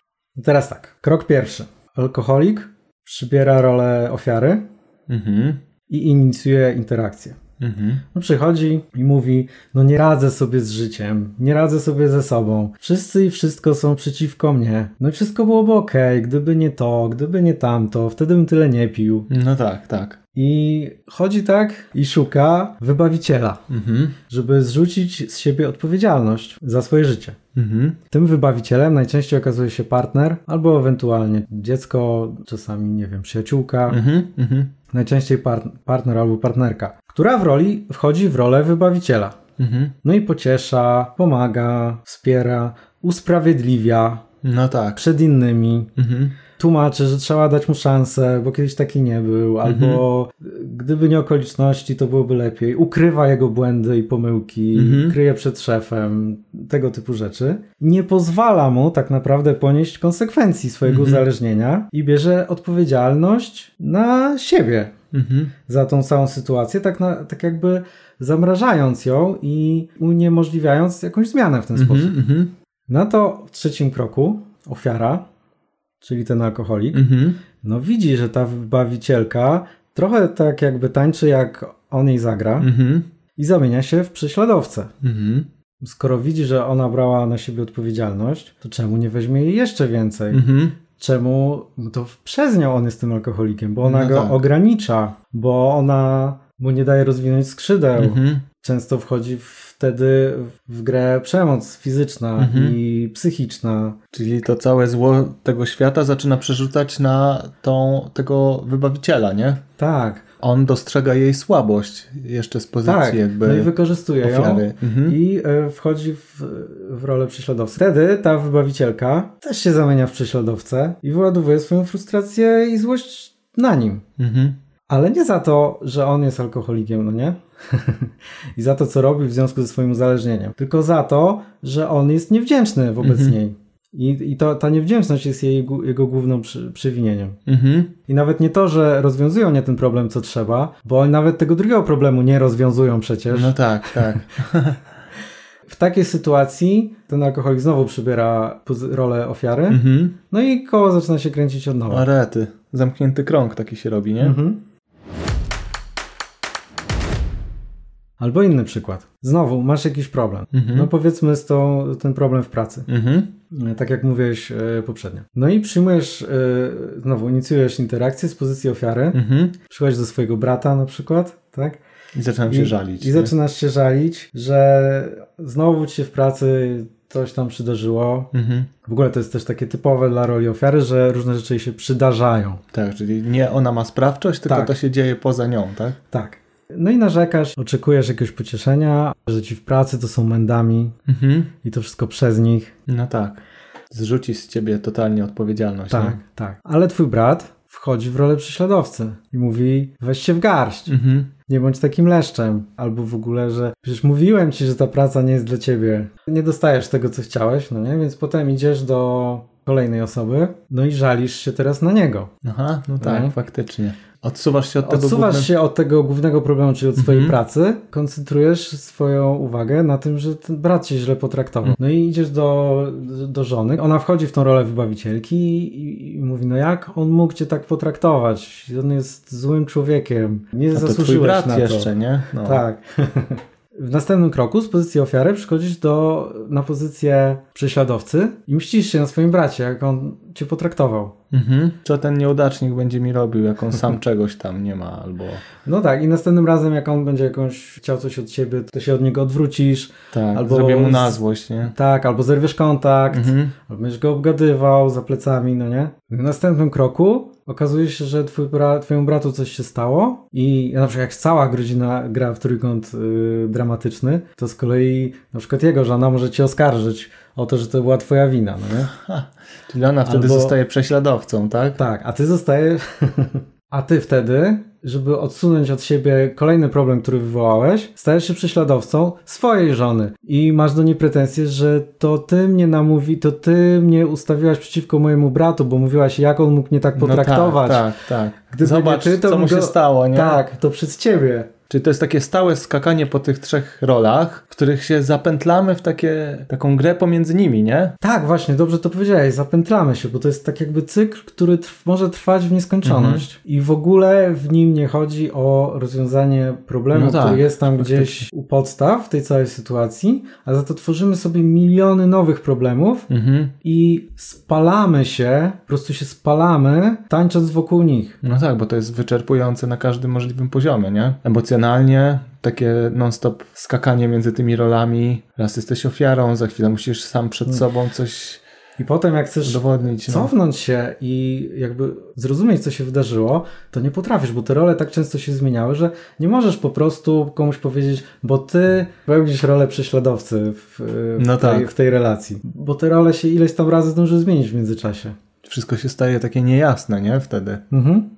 Teraz tak, krok pierwszy. Alkoholik przybiera rolę ofiary mhm. i inicjuje interakcję. Mhm. No przychodzi i mówi, no nie radzę sobie z życiem, nie radzę sobie ze sobą, wszyscy i wszystko są przeciwko mnie, no i wszystko byłoby okej, okay, gdyby nie to, gdyby nie tamto, wtedy bym tyle nie pił. No tak, tak. I chodzi tak i szuka wybawiciela, mhm. żeby zrzucić z siebie odpowiedzialność za swoje życie. Mhm. Tym wybawicielem najczęściej okazuje się partner, albo ewentualnie dziecko, czasami, nie wiem, przyjaciółka, mhm. Mhm. najczęściej par- partner albo partnerka, która w roli wchodzi w rolę wybawiciela. Mhm. No i pociesza, pomaga, wspiera, usprawiedliwia no tak. przed innymi. Mhm. Tłumaczy, że trzeba dać mu szansę, bo kiedyś taki nie był, albo mhm. gdyby nie okoliczności, to byłoby lepiej. Ukrywa jego błędy i pomyłki, mhm. kryje przed szefem, tego typu rzeczy. Nie pozwala mu tak naprawdę ponieść konsekwencji swojego mhm. uzależnienia i bierze odpowiedzialność na siebie mhm. za tą całą sytuację, tak, na, tak jakby zamrażając ją i uniemożliwiając jakąś zmianę w ten mhm. sposób. Mhm. Na to w trzecim kroku ofiara, czyli ten alkoholik, mm-hmm. no widzi, że ta wybawicielka trochę tak jakby tańczy, jak on jej zagra mm-hmm. i zamienia się w prześladowcę. Mm-hmm. Skoro widzi, że ona brała na siebie odpowiedzialność, to czemu nie weźmie jej jeszcze więcej? Mm-hmm. Czemu to przez nią on jest tym alkoholikiem? Bo ona no go tak. ogranicza, bo ona mu nie daje rozwinąć skrzydeł. Mm-hmm. Często wchodzi wtedy w grę przemoc fizyczna mhm. i psychiczna. Czyli to całe zło tego świata zaczyna przerzucać na tą, tego wybawiciela, nie? Tak. On dostrzega jej słabość jeszcze z pozycji tak. jakby no i wykorzystuje ofiary. ją mhm. i y, wchodzi w, w rolę prześladowcy. Wtedy ta wybawicielka też się zamienia w prześladowcę i wyładowuje swoją frustrację i złość na nim. Mhm. Ale nie za to, że on jest alkoholikiem, no nie? I za to, co robi w związku ze swoim uzależnieniem. Tylko za to, że on jest niewdzięczny wobec mm-hmm. niej. I, i to, ta niewdzięczność jest jej, jego głównym przy, przewinieniem. Mm-hmm. I nawet nie to, że rozwiązują nie ten problem, co trzeba, bo oni nawet tego drugiego problemu nie rozwiązują przecież. No tak, tak. W takiej sytuacji ten alkoholik znowu przybiera rolę ofiary, mm-hmm. no i koło zaczyna się kręcić od nowa. O rety. Zamknięty krąg taki się robi, nie? Mm-hmm. Albo inny przykład. Znowu, masz jakiś problem. Mm-hmm. No powiedzmy z tą, ten problem w pracy. Mm-hmm. Tak jak mówiłeś e, poprzednio. No i przyjmujesz, e, znowu inicjujesz interakcję z pozycji ofiary. Mm-hmm. Przychodzisz do swojego brata na przykład, tak? I zaczynam się I, żalić. I nie? zaczynasz się żalić, że znowu ci się w pracy coś tam przydarzyło. Mhm. W ogóle to jest też takie typowe dla roli ofiary, że różne rzeczy jej się przydarzają. Tak, czyli nie ona ma sprawczość, tylko tak. to się dzieje poza nią, tak? Tak. No i narzekasz, oczekujesz jakiegoś pocieszenia, że ci w pracy to są mędami Mhm. i to wszystko przez nich. No tak. Zrzuci z ciebie totalnie odpowiedzialność. Tak, nie? tak. Ale twój brat wchodzi w rolę prześladowcy i mówi, weź się w garść. Mhm. Nie bądź takim leszczem. Albo w ogóle, że przecież mówiłem ci, że ta praca nie jest dla ciebie. Nie dostajesz tego, co chciałeś, no nie? Więc potem idziesz do kolejnej osoby, no i żalisz się teraz na niego. Aha, no tak, nie? faktycznie. Odsuwasz się od tego Odsuwasz głównego... się od tego głównego problemu, czyli od swojej Mhm. pracy, koncentrujesz swoją uwagę na tym, że ten brat cię źle potraktował. No i idziesz do, do żony, ona wchodzi w tą rolę wybawicielki i, i mówi, no jak on mógł cię tak potraktować? On jest złym człowiekiem, nie A to twój zasłużyłeś brat na to. jeszcze, nie? No. Tak. W następnym kroku z pozycji ofiary przychodzisz do, na pozycję prześladowcy i mścisz się na swoim bracie, jak on cię potraktował. Mhm. Co ten nieudacznik będzie mi robił, jak on sam czegoś tam nie ma, albo... No tak, i następnym razem, jak on będzie jakąś chciał coś od ciebie, to się od niego odwrócisz. Tak, albo zrobię mu na z- złość, nie? Tak, albo zerwiesz kontakt, Mhm. albo będziesz go obgadywał za plecami, no nie? W następnym kroku okazuje się, że twój bra- twojemu bratu coś się stało i na przykład jak cała godzina gra w trójkąt yy, dramatyczny, to z kolei na przykład jego żona może cię oskarżyć o to, że to była twoja wina, no nie? Ha, czyli ona wtedy Albo- zostaje prześladowcą, tak? Tak, a ty zostajesz... A ty wtedy, żeby odsunąć od siebie kolejny problem, który wywołałeś, stajesz się prześladowcą swojej żony i masz do niej pretensje, że to ty mnie namówi, to ty mnie ustawiłaś przeciwko mojemu bratu, bo mówiłaś, jak on mógł mnie tak potraktować. No tak, tak, tak. Gdyby Zobacz, nie ty, to co bym mu się go- stało, nie? Tak, to przez ciebie. Czyli to jest takie stałe skakanie po tych trzech rolach, w których się zapętlamy w takie, taką grę pomiędzy nimi, nie? Tak, właśnie, dobrze to powiedziałeś, zapętlamy się, bo to jest tak jakby cykl, który trw- może trwać w nieskończoność Mhm. i w ogóle w nim nie chodzi o rozwiązanie problemu, No tak, który jest tam faktycznie. gdzieś u podstaw w tej całej sytuacji, a za to tworzymy sobie miliony nowych problemów Mhm. i spalamy się, po prostu się spalamy, tańcząc wokół nich. No tak, bo to jest wyczerpujące na każdym możliwym poziomie, nie? Emocjonalnie, takie non-stop skakanie między tymi rolami. Raz jesteś ofiarą, za chwilę musisz sam przed sobą coś I potem jak chcesz udowodnić. No. cofnąć się i jakby zrozumieć, co się wydarzyło, to nie potrafisz, bo te role tak często się zmieniały, że nie możesz po prostu komuś powiedzieć, bo ty pełnisz rolę prześladowcy w, w, No tej, tak. w tej relacji. Bo te role się ileś tam razy zdąży zmienić w międzyczasie. Wszystko się staje takie niejasne, nie? Wtedy. Mhm.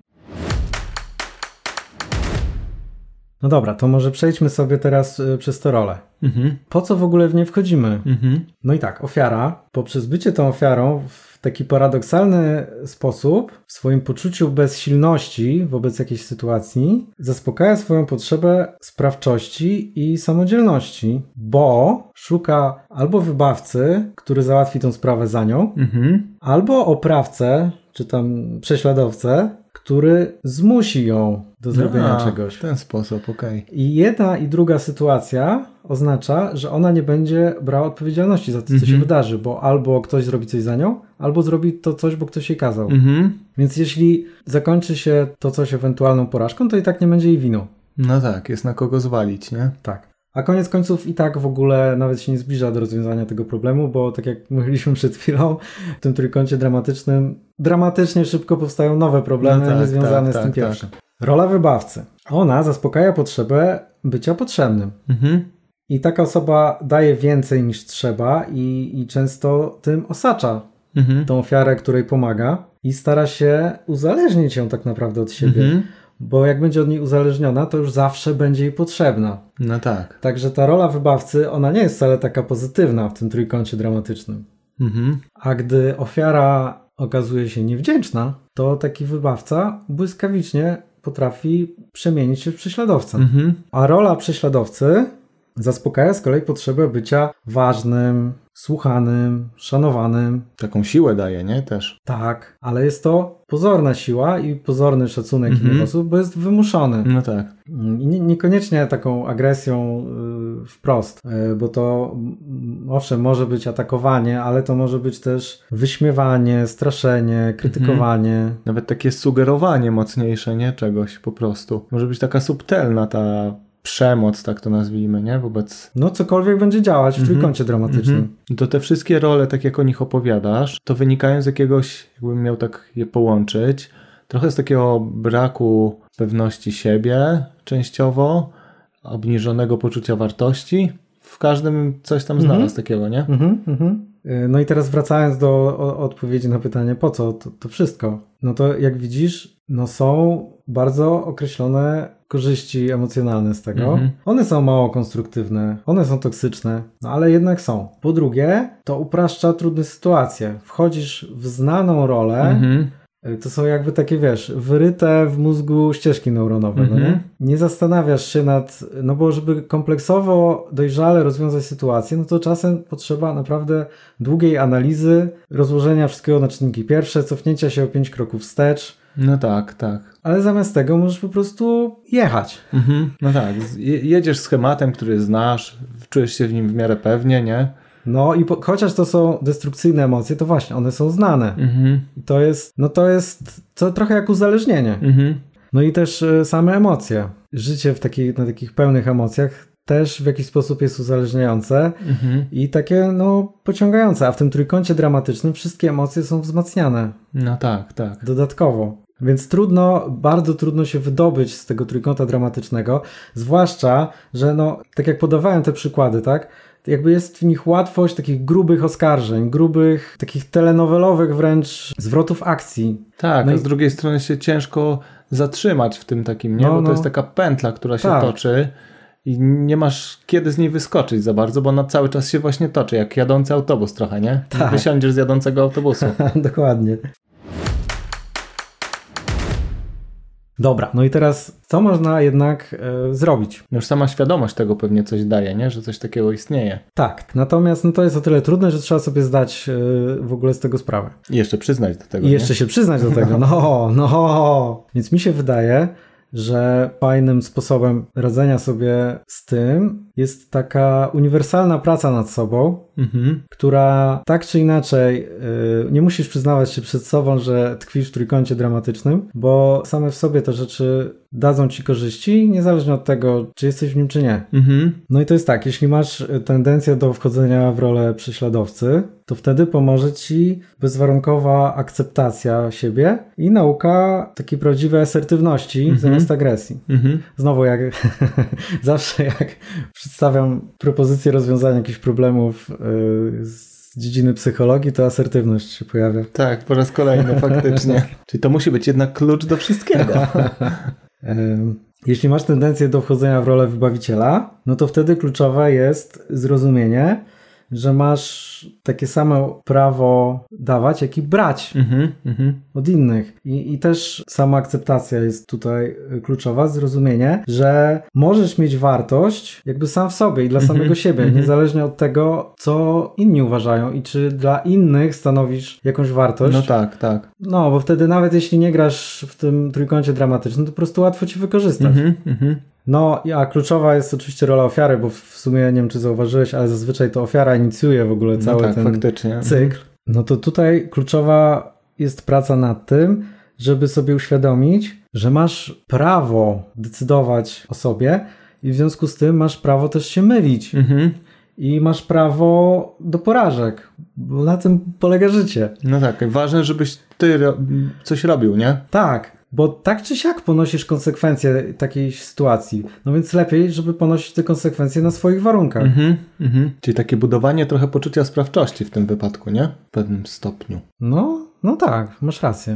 No dobra, to może przejdźmy sobie teraz y, przez te role. Mhm. Po co w ogóle w nie wchodzimy? Mhm. No i tak, ofiara, poprzez bycie tą ofiarą w taki paradoksalny sposób, w swoim poczuciu bezsilności wobec jakiejś sytuacji, zaspokaja swoją potrzebę sprawczości i samodzielności, bo szuka albo wybawcy, który załatwi tą sprawę za nią, Mhm. albo oprawcę, czy tam prześladowcę, który zmusi ją do zrobienia A, czegoś. W ten sposób, okej. I jedna i druga sytuacja oznacza, że ona nie będzie brała odpowiedzialności za to, co Mhm. się wydarzy, bo albo ktoś zrobi coś za nią, albo zrobi to coś, bo ktoś jej kazał. Mhm. Więc jeśli zakończy się to coś ewentualną porażką, to i tak nie będzie jej winą. No tak, jest na kogo zwalić, nie? Tak. A koniec końców i tak w ogóle nawet się nie zbliża do rozwiązania tego problemu, bo tak jak mówiliśmy przed chwilą, w tym trójkącie dramatycznym dramatycznie szybko powstają nowe problemy No tak, niezwiązane tak, z tym tak, pierwszym. Rola wybawcy. Ona zaspokaja potrzebę bycia potrzebnym. Mhm. I taka osoba daje więcej niż trzeba i, i często tym osacza Mhm. tą ofiarę, której pomaga i stara się uzależnić ją tak naprawdę od siebie. Mhm. Bo jak będzie od niej uzależniona, to już zawsze będzie jej potrzebna. No tak. Także ta rola wybawcy, ona nie jest wcale taka pozytywna w tym trójkącie dramatycznym. Mhm. A gdy ofiara okazuje się niewdzięczna, to taki wybawca błyskawicznie potrafi przemienić się w prześladowcę. Mhm. A rola prześladowcy zaspokaja z kolei potrzebę bycia ważnym, słuchanym, szanowanym. Taką siłę daje, nie? Też. Tak, ale jest to pozorna siła i pozorny szacunek Mhm. innych osób, bo jest wymuszony. No tak. I nie, niekoniecznie taką agresją y, wprost, y, bo to mm, owszem może być atakowanie, ale to może być też wyśmiewanie, straszenie, krytykowanie. Nawet takie sugerowanie mocniejsze, nie? Czegoś po prostu. Może być taka subtelna ta przemoc, tak to nazwijmy, nie? Wobec... No cokolwiek będzie działać w trójkącie dramatycznym. Mm-hmm. To te wszystkie role, tak jak o nich opowiadasz, to wynikają z jakiegoś, jakbym miał tak je połączyć, trochę z takiego braku pewności siebie częściowo, obniżonego poczucia wartości. W każdym coś tam znalazł mm-hmm. takiego, nie? Mm-hmm, mm-hmm. No i teraz wracając do o, odpowiedzi na pytanie, po co to, to wszystko? No to jak widzisz, no są bardzo określone korzyści emocjonalne z tego. Mm-hmm. One są mało konstruktywne, one są toksyczne, no ale jednak są. Po drugie, to upraszcza trudne sytuacje. Wchodzisz w znaną rolę, mm-hmm. To są jakby takie, wiesz, wyryte w mózgu ścieżki neuronowe, mm-hmm. no nie? Nie zastanawiasz się nad, no bo żeby kompleksowo, dojrzale rozwiązać sytuację, no to czasem potrzeba naprawdę długiej analizy, rozłożenia wszystkiego na czynniki pierwsze, cofnięcia się o pięć kroków wstecz. No tak, tak. Ale zamiast tego możesz po prostu jechać. Mm-hmm. No tak, jedziesz schematem, który znasz, czujesz się w nim w miarę pewnie, nie? No i po, chociaż to są destrukcyjne emocje, to właśnie, one są znane. Mm-hmm. I to jest, no to jest to trochę jak uzależnienie. Mm-hmm. No i też y, same emocje. Życie w taki, na takich pełnych emocjach też w jakiś sposób jest uzależniające mm-hmm. i takie, no, pociągające. A w tym trójkącie dramatycznym wszystkie emocje są wzmacniane. No tak, tak. Dodatkowo. Więc trudno, bardzo trudno się wydobyć z tego trójkąta dramatycznego, zwłaszcza, że no, tak jak podawałem te przykłady, tak, jakby jest w nich łatwość takich grubych oskarżeń, grubych, takich telenowelowych wręcz zwrotów akcji. Tak, no a i... z drugiej strony się ciężko zatrzymać w tym takim, nie? No, bo no. to jest taka pętla, która się tak. toczy i nie masz kiedy z niej wyskoczyć za bardzo, bo ona cały czas się właśnie toczy, jak jadący autobus trochę, nie? Tak. Wysiądziesz z jadącego autobusu. Dokładnie. Dobra, no i teraz co można jednak e, zrobić? Już sama świadomość tego pewnie coś daje, nie? Że coś takiego istnieje. Tak, natomiast no to jest o tyle trudne, że trzeba sobie zdać e, w ogóle z tego sprawę. I jeszcze przyznać do tego. I nie? jeszcze się przyznać do tego, no, no. Więc mi się wydaje, że fajnym sposobem radzenia sobie z tym jest taka uniwersalna praca nad sobą, mhm. która tak czy inaczej yy, nie musisz przyznawać się przed sobą, że tkwisz w trójkącie dramatycznym, bo same w sobie te rzeczy dadzą ci korzyści, niezależnie od tego, czy jesteś w nim, czy nie. Mhm. No i to jest tak, jeśli masz tendencję do wchodzenia w rolę prześladowcy, to wtedy pomoże ci bezwarunkowa akceptacja siebie i nauka takiej prawdziwej asertywności mhm. zamiast agresji. Mhm. Znowu jak zawsze jak przedstawiam propozycję rozwiązania jakichś problemów yy, z dziedziny psychologii, to asertywność się pojawia. Tak, po raz kolejny faktycznie. Czyli to musi być jednak klucz do wszystkiego. Jeśli masz tendencję do wchodzenia w rolę wybawiciela, no to wtedy kluczowe jest zrozumienie, że masz takie samo prawo dawać, jak i brać mm-hmm, mm-hmm. od innych. I, I też sama akceptacja jest tutaj kluczowa, zrozumienie, że możesz mieć wartość jakby sam w sobie i dla mm-hmm, samego siebie, mm-hmm. niezależnie od tego, co inni uważają i czy dla innych stanowisz jakąś wartość. No tak, tak. No, bo wtedy nawet jeśli nie grasz w tym trójkącie dramatycznym, to po prostu łatwo ci wykorzystać. Mm-hmm, mm-hmm. No, a kluczowa jest oczywiście rola ofiary, bo w sumie nie wiem, czy zauważyłeś, ale zazwyczaj to ofiara inicjuje w ogóle cały no tak, ten faktycznie. cykl. No to tutaj kluczowa jest praca nad tym, żeby sobie uświadomić, że masz prawo decydować o sobie i w związku z tym masz prawo też się mylić. Mhm. I masz prawo do porażek, bo na tym polega życie. No tak, ważne, żebyś ty ro- coś robił, nie? Tak. Bo tak czy siak ponosisz konsekwencje takiej sytuacji. No więc lepiej, żeby ponosić te konsekwencje na swoich warunkach. Mm-hmm, mm-hmm. Czyli takie budowanie trochę poczucia sprawczości w tym wypadku, nie? W pewnym stopniu. No, no tak, masz rację.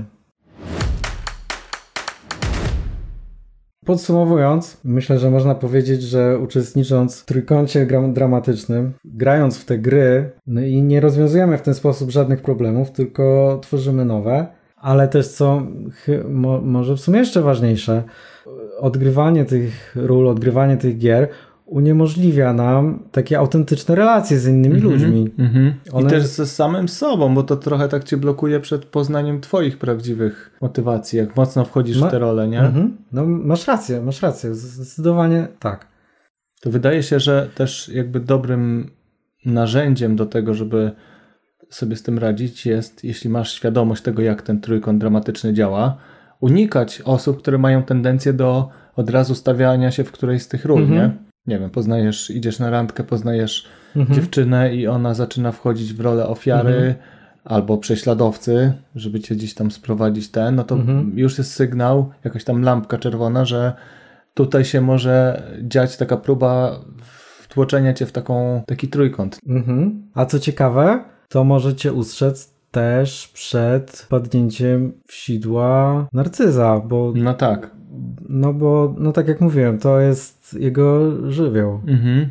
Podsumowując, myślę, że można powiedzieć, że uczestnicząc w trójkącie dramatycznym, grając w te gry, no i nie rozwiązujemy w ten sposób żadnych problemów, tylko tworzymy nowe. Ale też co mo, może w sumie jeszcze ważniejsze, odgrywanie tych ról, odgrywanie tych gier uniemożliwia nam takie autentyczne relacje z innymi mm-hmm, ludźmi. Mm-hmm. One... I też ze samym sobą, bo to trochę tak cię blokuje przed poznaniem twoich prawdziwych motywacji, jak mocno wchodzisz Ma... w tę rolę, nie? Mm-hmm. No masz rację, masz rację, zdecydowanie tak. To wydaje się, że też jakby dobrym narzędziem do tego, żeby sobie z tym radzić jest, jeśli masz świadomość tego, jak ten trójkąt dramatyczny działa, unikać osób, które mają tendencję do od razu stawiania się w którejś z tych ról, mhm. nie? Nie wiem, poznajesz, idziesz na randkę, poznajesz mhm. dziewczynę i ona zaczyna wchodzić w rolę ofiary mhm. albo prześladowcy, żeby cię gdzieś tam sprowadzić ten, no to mhm. już jest sygnał, jakaś tam lampka czerwona, że tutaj się może dziać taka próba wtłoczenia cię w taką, taki trójkąt. Mhm. A co ciekawe, to może cię ustrzec też przed padnięciem w sidła narcyza, bo... No tak. No bo, no tak jak mówiłem, to jest jego żywioł. Mhm.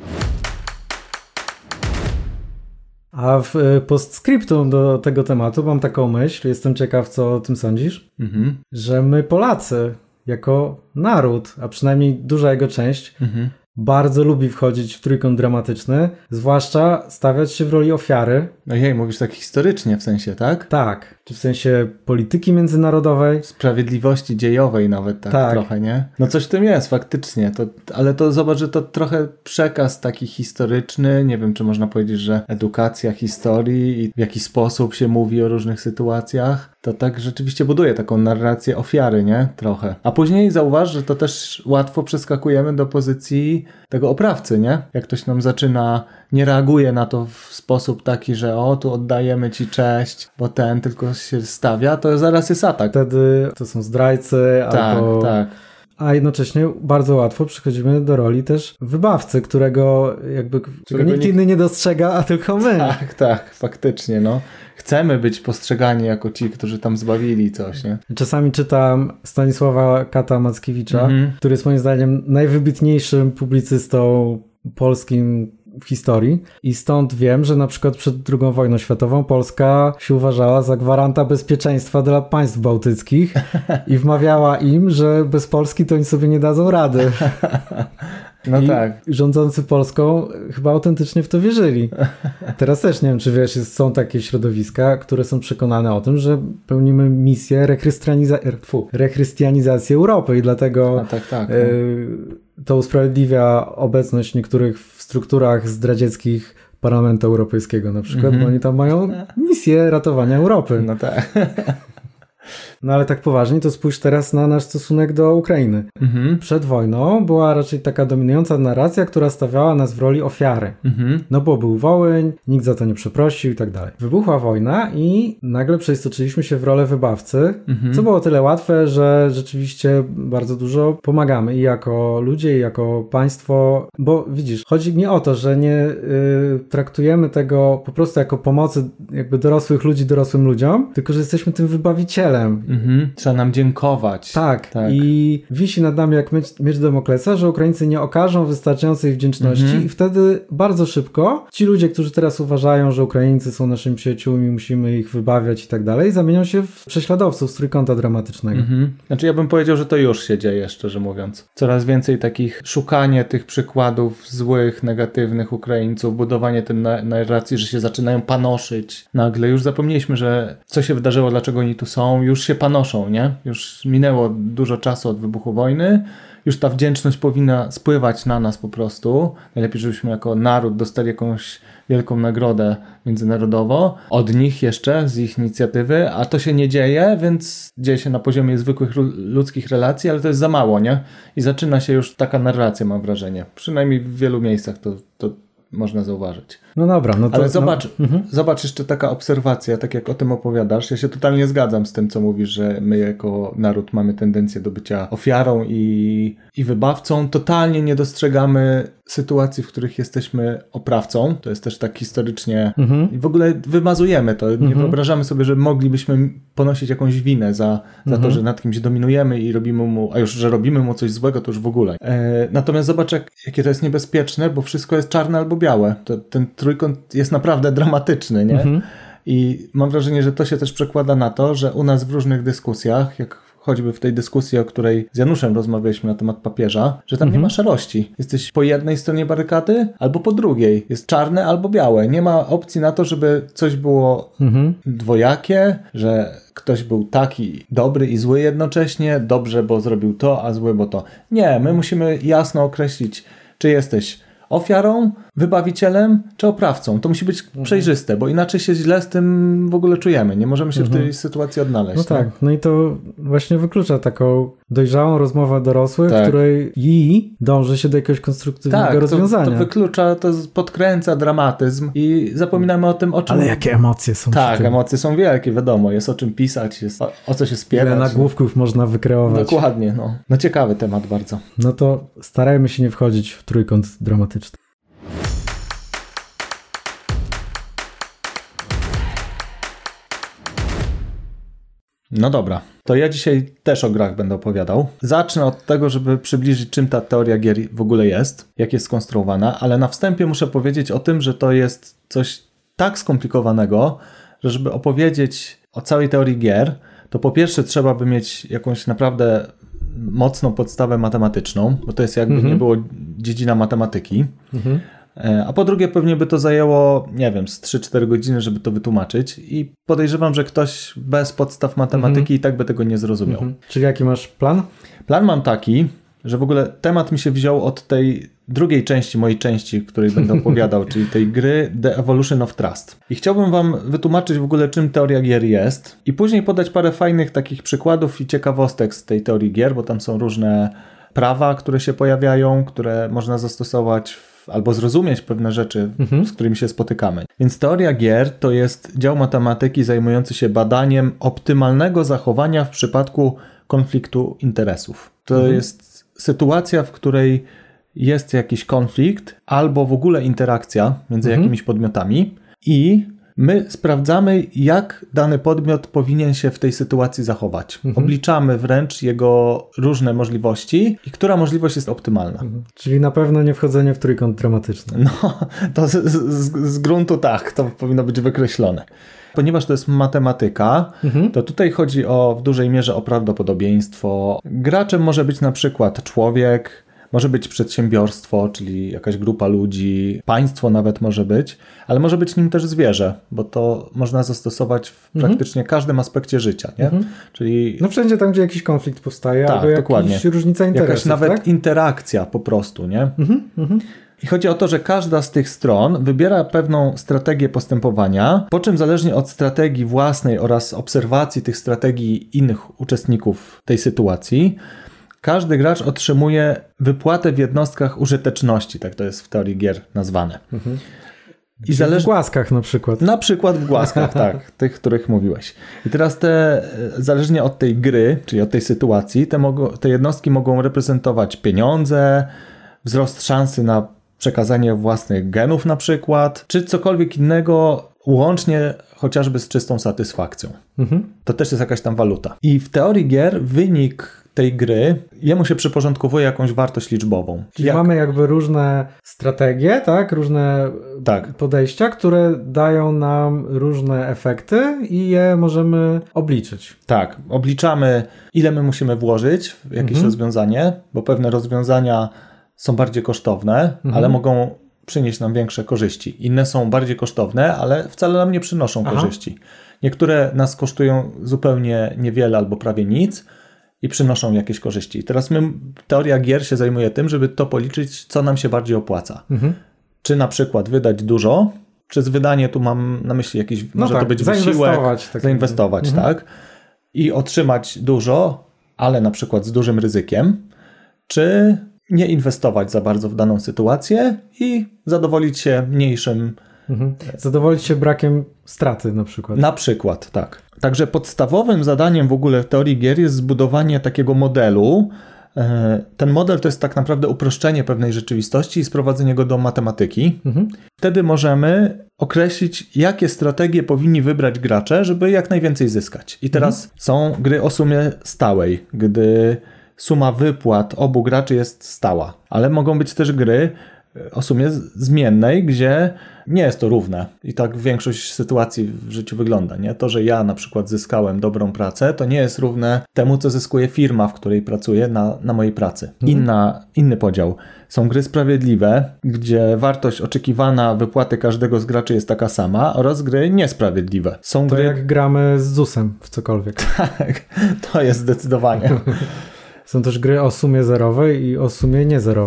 A w postscriptum do tego tematu mam taką myśl, jestem ciekaw, co o tym sądzisz, mhm. że my Polacy, jako naród, a przynajmniej duża jego część, mhm. bardzo lubi wchodzić w trójkąt dramatyczny, zwłaszcza stawiać się w roli ofiary. Ojej, mówisz tak historycznie w sensie, tak? Tak, czy w sensie polityki międzynarodowej. Sprawiedliwości dziejowej nawet tak, tak. trochę, nie? No coś w tym jest faktycznie, to, ale to zobacz, że to trochę przekaz taki historyczny, nie wiem, czy można powiedzieć, że edukacja historii i w jaki sposób się mówi o różnych sytuacjach, to tak rzeczywiście buduje taką narrację ofiary, nie? Trochę. A później zauważ, że to też łatwo przeskakujemy do pozycji tego oprawcy, nie? Jak ktoś nam zaczyna, nie reaguje na to w sposób taki, że o, tu oddajemy ci cześć, bo ten tylko się stawia, to zaraz jest atak. Wtedy to są zdrajcy tak, albo... Tak, A jednocześnie bardzo łatwo przechodzimy do roli też wybawcy, którego jakby którego nikt nie... inny nie dostrzega, a tylko my. Tak, tak, faktycznie, no. Chcemy być postrzegani jako ci, którzy tam zbawili coś, nie? Czasami czytam Stanisława Kata Mackiewicza, mm-hmm. który jest moim zdaniem najwybitniejszym publicystą polskim w historii i stąd wiem, że na przykład przed drugą wojną światową Polska się uważała za gwaranta bezpieczeństwa dla państw bałtyckich i wmawiała im, że bez Polski to oni sobie nie dadzą rady. No I tak. rządzący Polską chyba autentycznie w to wierzyli. Teraz też nie wiem, czy wiesz, jest, są takie środowiska, które są przekonane o tym, że pełnimy misję rechrystianiza- Fu, rechrystianizacji Europy i dlatego A tak, tak, y, to usprawiedliwia obecność niektórych w strukturach zdradzieckich Parlamentu Europejskiego na przykład, mm-hmm. bo oni tam mają misję ratowania Europy. No tak. No ale tak poważnie, to spójrz teraz na nasz stosunek do Ukrainy. Mhm. Przed wojną była raczej taka dominująca narracja, która stawiała nas w roli ofiary. Mhm. No bo był Wołyń, nikt za to nie przeprosił i tak dalej. Wybuchła wojna i nagle przeistoczyliśmy się w rolę wybawcy, mhm. co było tyle łatwe, że rzeczywiście bardzo dużo pomagamy i jako ludzie, i jako państwo, bo widzisz, chodzi mi o to, że nie y, traktujemy tego po prostu jako pomocy jakby dorosłych ludzi dorosłym ludziom, tylko że jesteśmy tym wybawicielem. Mhm. Trzeba nam dziękować. Tak. tak. I wisi nad nami jak miecz, miecz Damoklesa, że Ukraińcy nie okażą wystarczającej wdzięczności mhm. i wtedy bardzo szybko ci ludzie, którzy teraz uważają, że Ukraińcy są naszymi przyjaciółmi, musimy ich wybawiać i tak dalej, zamienią się w prześladowców z trójkąta dramatycznego. Mhm. Znaczy ja bym powiedział, że to już się dzieje, szczerze mówiąc. Coraz więcej takich szukanie tych przykładów złych, negatywnych Ukraińców, budowanie tej narracji, że się zaczynają panoszyć. Nagle już zapomnieliśmy, że co się wydarzyło, dlaczego oni tu są, już się panoszą, nie? Już minęło dużo czasu od wybuchu wojny, już ta wdzięczność powinna spływać na nas po prostu. Najlepiej, żebyśmy jako naród dostali jakąś wielką nagrodę międzynarodowo. Od nich jeszcze, z ich inicjatywy, a to się nie dzieje, więc dzieje się na poziomie zwykłych ludzkich relacji, ale to jest za mało, nie? I zaczyna się już taka narracja, mam wrażenie. Przynajmniej w wielu miejscach to, to można zauważyć. No dobra, no to... Ale zobacz, no. mhm. zobacz jeszcze taka obserwacja, tak jak o tym opowiadasz. Ja się totalnie zgadzam z tym, co mówisz, że my jako naród mamy tendencję do bycia ofiarą i, i wybawcą. Totalnie nie dostrzegamy sytuacji, w których jesteśmy oprawcą. To jest też tak historycznie... Mhm. I w ogóle wymazujemy to. Mhm. Nie wyobrażamy sobie, że moglibyśmy ponosić jakąś winę za, za mhm. to, że nad kimś dominujemy i robimy mu... A już, że robimy mu coś złego, to już w ogóle. E, natomiast zobacz, jak, jakie to jest niebezpieczne, bo wszystko jest czarne albo białe. To, ten trójkąt jest naprawdę dramatyczny, nie? Mhm. I mam wrażenie, że to się też przekłada na to, że u nas w różnych dyskusjach, jak choćby w tej dyskusji, o której z Januszem rozmawialiśmy na temat papieża, że tam mhm. nie ma szarości. Jesteś po jednej stronie barykady albo po drugiej. Jest czarne albo białe. Nie ma opcji na to, żeby coś było mhm. dwojakie, że ktoś był taki dobry i zły jednocześnie, dobrze, bo zrobił to, a zły, bo to. Nie, my musimy jasno określić, czy jesteś ofiarą, wybawicielem czy oprawcą. To musi być mhm. przejrzyste, bo inaczej się źle z tym w ogóle czujemy. Nie możemy się mhm. w tej sytuacji odnaleźć. No tak, no i to właśnie wyklucza taką dojrzałą rozmowę dorosłych, tak. w której i dąży się do jakiegoś konstruktywnego tak, rozwiązania. To, to wyklucza, to podkręca dramatyzm i zapominamy o tym, o czym... Ale jakie emocje są Tak, emocje są wielkie, wiadomo. Jest o czym pisać, jest o, o co się spierać. Ile nagłówków można wykreować. Dokładnie, no. No ciekawy temat bardzo. No to starajmy się nie wchodzić w trójkąt dramatyczny. No dobra, to ja dzisiaj też o grach będę opowiadał. Zacznę od tego, żeby przybliżyć, czym ta teoria gier w ogóle jest, jak jest skonstruowana, ale na wstępie muszę powiedzieć o tym, że to jest coś tak skomplikowanego, że żeby opowiedzieć o całej teorii gier, to po pierwsze trzeba by mieć jakąś naprawdę mocną podstawę matematyczną, bo to jest jakby mhm. nie było dziedzina matematyki. Mhm. A po drugie pewnie by to zajęło, nie wiem, z trzy cztery godziny, żeby to wytłumaczyć i podejrzewam, że ktoś bez podstaw matematyki mhm. i tak by tego nie zrozumiał. Mhm. Czyli jaki masz plan? Plan mam taki, że w ogóle temat mi się wziął od tej drugiej części mojej części, w której będę opowiadał, czyli tej gry The Evolution of Trust. I chciałbym wam wytłumaczyć w ogóle, czym teoria gier jest i później podać parę fajnych takich przykładów i ciekawostek z tej teorii gier, bo tam są różne prawa, które się pojawiają, które można zastosować w albo zrozumieć pewne rzeczy, mhm. z którymi się spotykamy. Więc teoria gier to jest dział matematyki zajmujący się badaniem optymalnego zachowania w przypadku konfliktu interesów. To mhm. jest sytuacja, w której jest jakiś konflikt albo w ogóle interakcja między mhm. jakimiś podmiotami i my sprawdzamy, jak dany podmiot powinien się w tej sytuacji zachować. Mhm. Obliczamy wręcz jego różne możliwości i która możliwość jest optymalna. Mhm. Czyli na pewno nie wchodzenie w trójkąt dramatyczny. No, to z, z, z gruntu tak, to powinno być wykreślone. Ponieważ to jest matematyka, mhm. to tutaj chodzi o w dużej mierze o prawdopodobieństwo. Graczem może być na przykład człowiek, może być przedsiębiorstwo, czyli jakaś grupa ludzi, państwo nawet może być, ale może być nim też zwierzę, bo to można zastosować w mhm. praktycznie każdym aspekcie życia, nie? Mhm. Czyli... No wszędzie tam, gdzie jakiś konflikt powstaje, tak, albo dokładnie. Jakaś różnica interesów, jakaś nawet tak? interakcja po prostu, nie? Mhm. Mhm. I chodzi o to, że każda z tych stron wybiera pewną strategię postępowania, po czym zależnie od strategii własnej oraz obserwacji tych strategii innych uczestników tej sytuacji, każdy gracz otrzymuje wypłatę w jednostkach użyteczności, tak to jest w teorii gier nazwane. Mhm. I zależy... W głaskach na przykład. Na przykład w głaskach, tak, tych, których mówiłeś. I teraz te, zależnie od tej gry, czyli od tej sytuacji, te, mogą, te jednostki mogą reprezentować pieniądze, wzrost szansy na przekazanie własnych genów na przykład, czy cokolwiek innego, łącznie chociażby z czystą satysfakcją. Mhm. To też jest jakaś tam waluta. I w teorii gier wynik tej gry, jemu się przyporządkowuje jakąś wartość liczbową. Czyli Jak... mamy jakby różne strategie, tak? Różne tak. podejścia, które dają nam różne efekty i je możemy obliczyć. Tak, obliczamy, ile my musimy włożyć w jakieś mhm. rozwiązanie, bo pewne rozwiązania są bardziej kosztowne, mhm. ale mogą przynieść nam większe korzyści. Inne są bardziej kosztowne, ale wcale nam nie przynoszą Aha. korzyści. Niektóre nas kosztują zupełnie niewiele albo prawie nic i przynoszą jakieś korzyści. I teraz my, teoria gier się zajmuje tym, żeby to policzyć, co nam się bardziej opłaca. Mhm. Czy na przykład wydać dużo, czy z wydanie tu mam na myśli jakiś, no może tak, to być wysiłek, tak zainwestować, mhm. tak? I otrzymać dużo, ale na przykład z dużym ryzykiem, czy nie inwestować za bardzo w daną sytuację i zadowolić się mniejszym... Mhm. Zadowolić się brakiem straty na przykład. Na przykład, tak. Także podstawowym zadaniem w ogóle w teorii gier jest zbudowanie takiego modelu. Ten model to jest tak naprawdę uproszczenie pewnej rzeczywistości i sprowadzenie go do matematyki. Mhm. Wtedy możemy określić, jakie strategie powinni wybrać gracze, żeby jak najwięcej zyskać. I teraz mhm. są gry o sumie stałej, gdy suma wypłat obu graczy jest stała. Ale mogą być też gry o sumie zmiennej, gdzie nie jest to równe. I tak większość sytuacji w życiu wygląda. Nie? To, że ja na przykład zyskałem dobrą pracę, to nie jest równe temu, co zyskuje firma, w której pracuję na, na mojej pracy. Mhm. Inna, inny podział. Są gry sprawiedliwe, gdzie wartość oczekiwana wypłaty każdego z graczy jest taka sama, oraz gry niesprawiedliwe. Są to gry... jak gramy z zusem w cokolwiek. Tak, to jest zdecydowanie. Są też gry o sumie zerowej i o sumie niezerowej.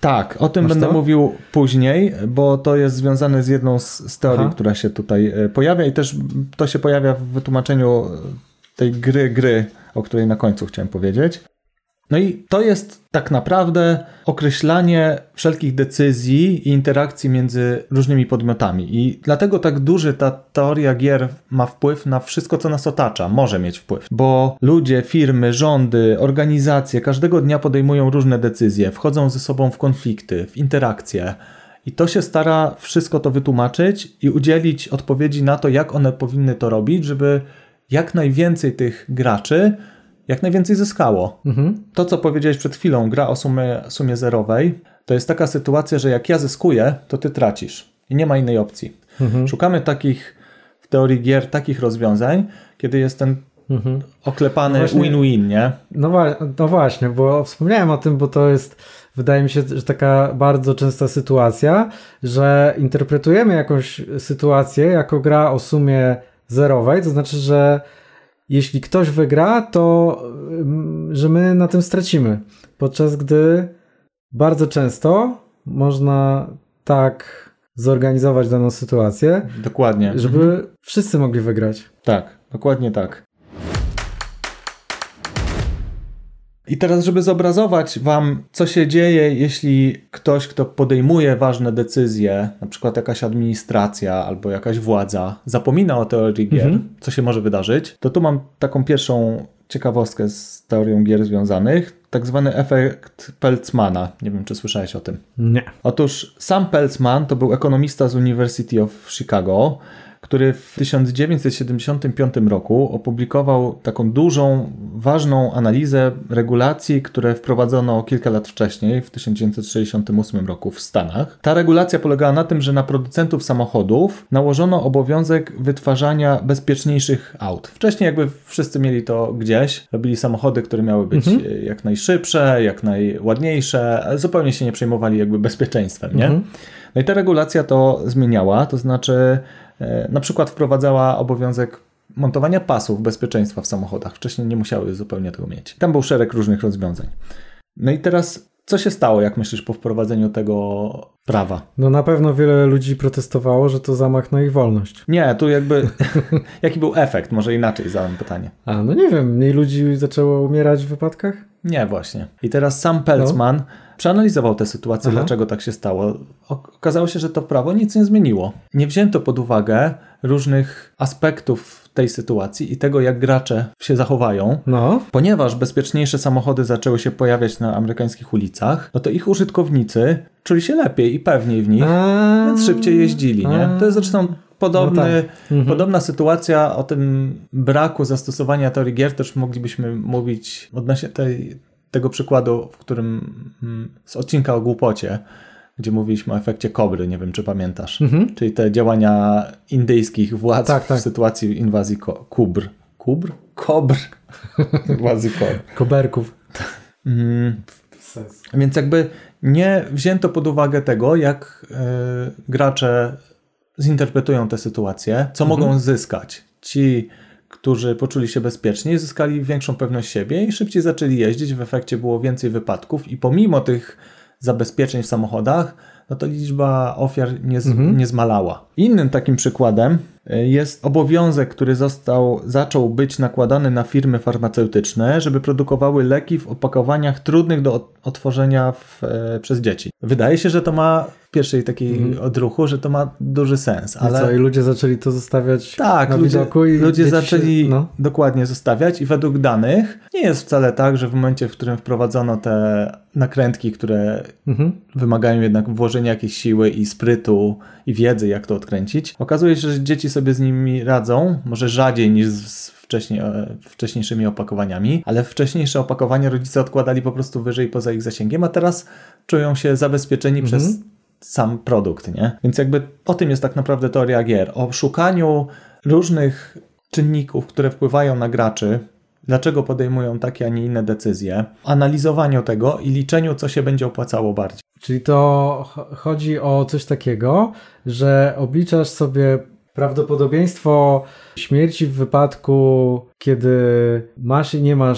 Tak, o tym Masz będę to? mówił później, bo to jest związane z jedną z, z teorii, Aha. która się tutaj pojawia i też to się pojawia w wytłumaczeniu tej gry, gry, o której na końcu chciałem powiedzieć. No i to jest tak naprawdę określanie wszelkich decyzji i interakcji między różnymi podmiotami. I dlatego tak duży ta teoria gier ma wpływ na wszystko, co nas otacza. Może mieć wpływ. Bo ludzie, firmy, rządy, organizacje każdego dnia podejmują różne decyzje, wchodzą ze sobą w konflikty, w interakcje. I to się stara wszystko to wytłumaczyć i udzielić odpowiedzi na to, jak one powinny to robić, żeby jak najwięcej tych graczy jak najwięcej zyskało. Mhm. To, co powiedziałeś przed chwilą, gra o sumie, sumie zerowej, to jest taka sytuacja, że jak ja zyskuję, to ty tracisz. I nie ma innej opcji. Mhm. Szukamy takich, w teorii gier, takich rozwiązań, kiedy jest ten mhm. oklepany no właśnie, win-win, nie? No, wa- no właśnie, bo wspomniałem o tym, bo to jest, wydaje mi się, że taka bardzo częsta sytuacja, że interpretujemy jakąś sytuację jako gra o sumie zerowej, to znaczy, że jeśli ktoś wygra, to że my na tym stracimy. Podczas gdy bardzo często można tak zorganizować daną sytuację, dokładnie, żeby mhm. wszyscy mogli wygrać. Tak, dokładnie tak. I teraz, żeby zobrazować wam, co się dzieje, jeśli ktoś, kto podejmuje ważne decyzje, na przykład jakaś administracja albo jakaś władza, zapomina o teorii gier, mhm. co się może wydarzyć, to tu mam taką pierwszą ciekawostkę z teorią gier związanych, tak zwany efekt Peltzmana. Nie wiem, czy słyszałeś o tym? Nie. Otóż sam Peltzman to był ekonomista z University of Chicago, który w tysiąc dziewięćset siedemdziesiątym piątym roku opublikował taką dużą, ważną analizę regulacji, które wprowadzono kilka lat wcześniej, w tysiąc dziewięćset sześćdziesiątym ósmym roku w Stanach. Ta regulacja polegała na tym, że na producentów samochodów nałożono obowiązek wytwarzania bezpieczniejszych aut. Wcześniej jakby wszyscy mieli to gdzieś, robili samochody, które miały być mhm. jak najszybsze, jak najładniejsze, ale zupełnie się nie przejmowali jakby bezpieczeństwem, nie? Mhm. No i ta regulacja to zmieniała, to znaczy na przykład wprowadzała obowiązek montowania pasów bezpieczeństwa w samochodach. Wcześniej nie musiały zupełnie tego mieć. Tam był szereg różnych rozwiązań. No i teraz, co się stało, jak myślisz, po wprowadzeniu tego prawa? No na pewno wiele ludzi protestowało, że to zamach na ich wolność. Nie, tu jakby... Jaki był efekt? Może inaczej zadam pytanie. A, no nie wiem. Mniej ludzi zaczęło umierać w wypadkach? Nie, właśnie. I teraz sam Peltzman no. przeanalizował tę sytuację, Aha. dlaczego tak się stało. Okazało się, że to prawo nic nie zmieniło. Nie wzięto pod uwagę różnych aspektów tej sytuacji i tego, jak gracze się zachowają. No. Ponieważ bezpieczniejsze samochody zaczęły się pojawiać na amerykańskich ulicach, no to ich użytkownicy czuli się lepiej i pewniej w nich, A... więc szybciej jeździli, nie? To jest zresztą podobny, no tak. mhm. podobna sytuacja. O tym braku zastosowania teorii gier też moglibyśmy mówić odnośnie tej, tego przykładu, w którym z odcinka o głupocie, gdzie mówiliśmy o efekcie kobry, nie wiem, czy pamiętasz. Mhm. Czyli te działania indyjskich władz tak, tak. w sytuacji inwazji ko- kubr. Kubr? Kobr. Inwazji kobr. Koberków. Mm. Więc jakby nie wzięto pod uwagę tego, jak yy, gracze zinterpretują tę sytuację, co mhm. mogą zyskać. Ci, którzy poczuli się bezpiecznie, zyskali większą pewność siebie i szybciej zaczęli jeździć. W efekcie było więcej wypadków i pomimo tych zabezpieczeń w samochodach, no to liczba ofiar nie, z, mhm. nie zmalała. Innym takim przykładem jest obowiązek, który został, zaczął być nakładany na firmy farmaceutyczne, żeby produkowały leki w opakowaniach trudnych do otworzenia w, e, przez dzieci. Wydaje się, że to ma w pierwszej takiej mhm. odruchu, że to ma duży sens. Ale... I co, i ludzie zaczęli to zostawiać tak, na ludzie, widoku i ludzie zaczęli się, no. dokładnie zostawiać i według danych nie jest wcale tak, że w momencie, w którym wprowadzono te nakrętki, które mhm. wymagają jednak włożenia jakiejś siły i sprytu i wiedzy, jak to odkręcić, okazuje się, że dzieci sobie z nimi radzą, może rzadziej niż z wcześniej, wcześniejszymi opakowaniami, ale wcześniejsze opakowania rodzice odkładali po prostu wyżej poza ich zasięgiem, a teraz czują się zabezpieczeni mhm. przez sam produkt, nie? Więc jakby o tym jest tak naprawdę teoria gier. O szukaniu różnych czynników, które wpływają na graczy, dlaczego podejmują takie, a nie inne decyzje, analizowaniu tego i liczeniu, co się będzie opłacało bardziej. Czyli to chodzi o coś takiego, że obliczasz sobie prawdopodobieństwo śmierci w wypadku, kiedy masz i nie masz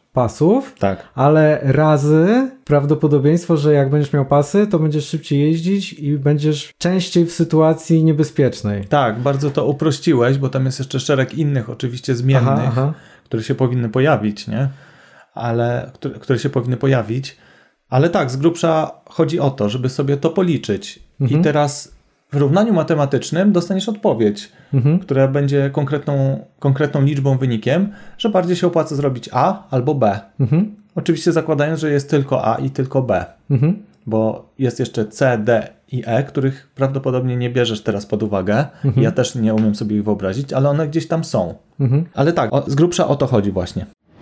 pasów, tak. ale razy prawdopodobieństwo, że jak będziesz miał pasy, to będziesz szybciej jeździć i będziesz częściej w sytuacji niebezpiecznej. Tak, bardzo to uprościłeś, bo tam jest jeszcze szereg innych oczywiście zmiennych, aha, aha. które się powinny pojawić, nie? Ale, które, które się powinny pojawić. Ale tak, z grubsza chodzi o to, żeby sobie to policzyć. Mhm. I teraz w równaniu matematycznym dostaniesz odpowiedź, mhm. która będzie konkretną, konkretną liczbą, wynikiem, że bardziej się opłaca zrobić A albo B. Mhm. Oczywiście zakładając, że jest tylko A i tylko B. Mhm. Bo jest jeszcze C, D i E, których prawdopodobnie nie bierzesz teraz pod uwagę. Mhm. Ja też nie umiem sobie ich wyobrazić, ale one gdzieś tam są. Mhm. Ale tak, o, z grubsza o to chodzi właśnie.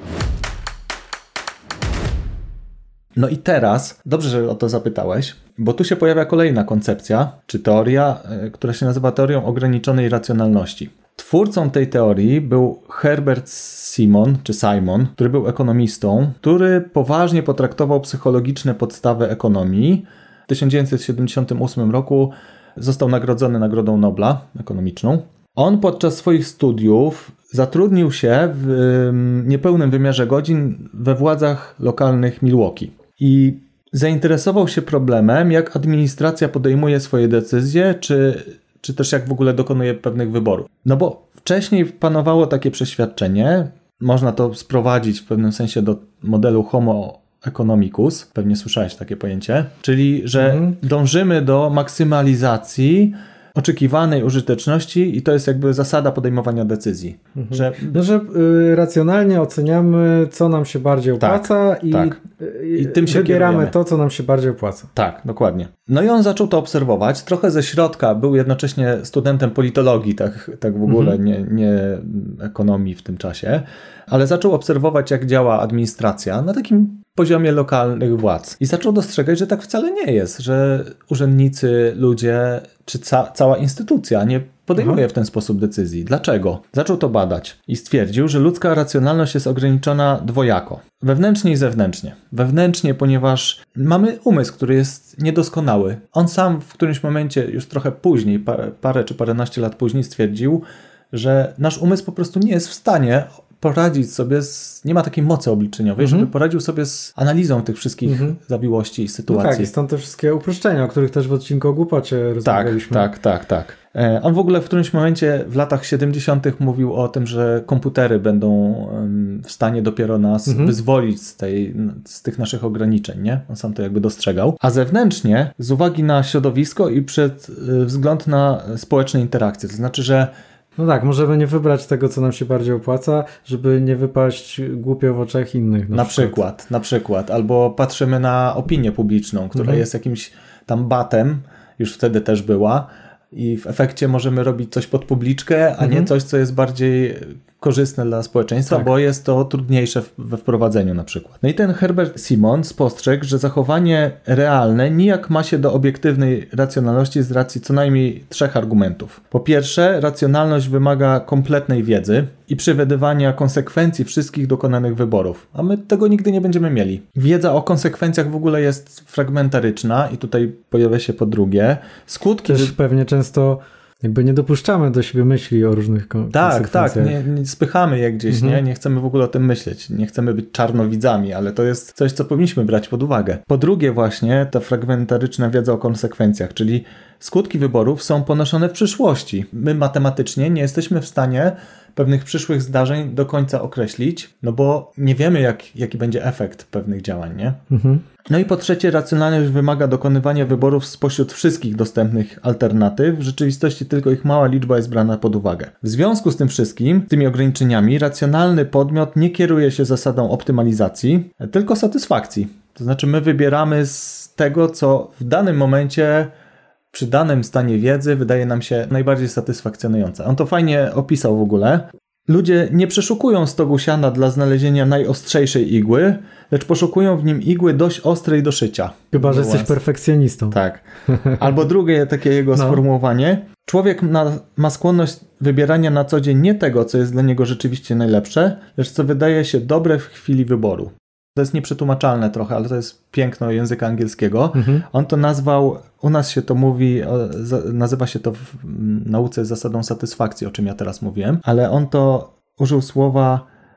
No i teraz, dobrze, że o to zapytałeś, bo tu się pojawia kolejna koncepcja, czy teoria, która się nazywa teorią ograniczonej racjonalności. Twórcą tej teorii był Herbert Simon, czy Simon, który był ekonomistą, który poważnie potraktował psychologiczne podstawy ekonomii. W tysiąc dziewięćset siedemdziesiątym ósmym roku został nagrodzony Nagrodą Nobla ekonomiczną. On podczas swoich studiów zatrudnił się w niepełnym wymiarze godzin we władzach lokalnych Milwaukee i zainteresował się problemem, jak administracja podejmuje swoje decyzje, czy, czy też jak w ogóle dokonuje pewnych wyborów. No bo wcześniej panowało takie przeświadczenie, można to sprowadzić w pewnym sensie do modelu homo economicus, pewnie słyszałeś takie pojęcie, czyli że mhm. dążymy do maksymalizacji oczekiwanej użyteczności i to jest jakby zasada podejmowania decyzji. Mhm. Że, no, że y, racjonalnie oceniamy, co nam się bardziej opłaca tak, i, tak. Y, I tym się wybieramy kierujemy. To, co nam się bardziej opłaca. Tak, dokładnie. No i on zaczął to obserwować, trochę ze środka, był jednocześnie studentem politologii, tak, tak w ogóle, mhm. nie, nie ekonomii w tym czasie, ale zaczął obserwować, jak działa administracja na takim poziomie lokalnych władz. I zaczął dostrzegać, że tak wcale nie jest, że urzędnicy, ludzie, czy ca- cała instytucja nie podejmuje Aha. w ten sposób decyzji. Dlaczego? Zaczął to badać i stwierdził, że ludzka racjonalność jest ograniczona dwojako. Wewnętrznie i zewnętrznie. Wewnętrznie, ponieważ mamy umysł, który jest niedoskonały. On sam w którymś momencie, już trochę później, parę czy paręnaście lat później stwierdził, że nasz umysł po prostu nie jest w stanie poradzić sobie z... Nie ma takiej mocy obliczeniowej, mhm. żeby poradził sobie z analizą tych wszystkich mhm. zawiłości i sytuacji. No tak, i stąd te wszystkie uproszczenia, o których też w odcinku o głupocie rozmawialiśmy. Tak, tak, tak, tak. On w ogóle w którymś momencie w latach siedemdziesiątych mówił o tym, że komputery będą w stanie dopiero nas mhm. wyzwolić z, tej, z tych naszych ograniczeń, nie? On sam to jakby dostrzegał. A zewnętrznie, z uwagi na środowisko i przed wzgląd na społeczne interakcje. To znaczy, że no tak, możemy nie wybrać tego, co nam się bardziej opłaca, żeby nie wypaść głupio w oczach innych. Na, na przykład. przykład, na przykład. Albo patrzymy na opinię publiczną, która mhm. jest jakimś tam batem, już wtedy też była, i w efekcie możemy robić coś pod publiczkę, a mhm. nie coś, co jest bardziej korzystne dla społeczeństwa, tak. bo jest to trudniejsze we wprowadzeniu na przykład. No i ten Herbert Simon spostrzegł, że zachowanie realne nijak ma się do obiektywnej racjonalności z racji co najmniej trzech argumentów. Po pierwsze, racjonalność wymaga kompletnej wiedzy i przewidywania konsekwencji wszystkich dokonanych wyborów, a my tego nigdy nie będziemy mieli. Wiedza o konsekwencjach w ogóle jest fragmentaryczna i tutaj pojawia się po drugie skutki... Też pewnie często jakby nie dopuszczamy do siebie myśli o różnych kon- tak, konsekwencjach. Tak, tak, nie, nie spychamy je gdzieś, mhm. nie? Nie chcemy w ogóle o tym myśleć, nie chcemy być czarnowidzami, ale to jest coś, co powinniśmy brać pod uwagę. Po drugie właśnie ta fragmentaryczna wiedza o konsekwencjach, czyli skutki wyborów są ponoszone w przyszłości. My matematycznie nie jesteśmy w stanie pewnych przyszłych zdarzeń do końca określić, no bo nie wiemy, jak, jaki będzie efekt pewnych działań, nie? Mhm. No i po trzecie, racjonalność wymaga dokonywania wyborów spośród wszystkich dostępnych alternatyw. W rzeczywistości tylko ich mała liczba jest brana pod uwagę. W związku z tym wszystkim, tymi ograniczeniami, racjonalny podmiot nie kieruje się zasadą optymalizacji, tylko satysfakcji. To znaczy my wybieramy z tego, co w danym momencie przy danym stanie wiedzy wydaje nam się najbardziej satysfakcjonujące. On to fajnie opisał w ogóle. Ludzie nie przeszukują stogu siana dla znalezienia najostrzejszej igły, lecz poszukują w nim igły dość ostrej do szycia. Chyba, że jesteś perfekcjonistą. Tak. Albo drugie takie jego no. sformułowanie. Człowiek na, ma skłonność wybierania na co dzień nie tego, co jest dla niego rzeczywiście najlepsze, lecz co wydaje się dobre w chwili wyboru. To jest nieprzetłumaczalne trochę, ale to jest piękno języka angielskiego. Mhm. On to nazwał, u nas się to mówi, nazywa się to w nauce zasadą satysfakcji, o czym ja teraz mówiłem, ale on to użył słowa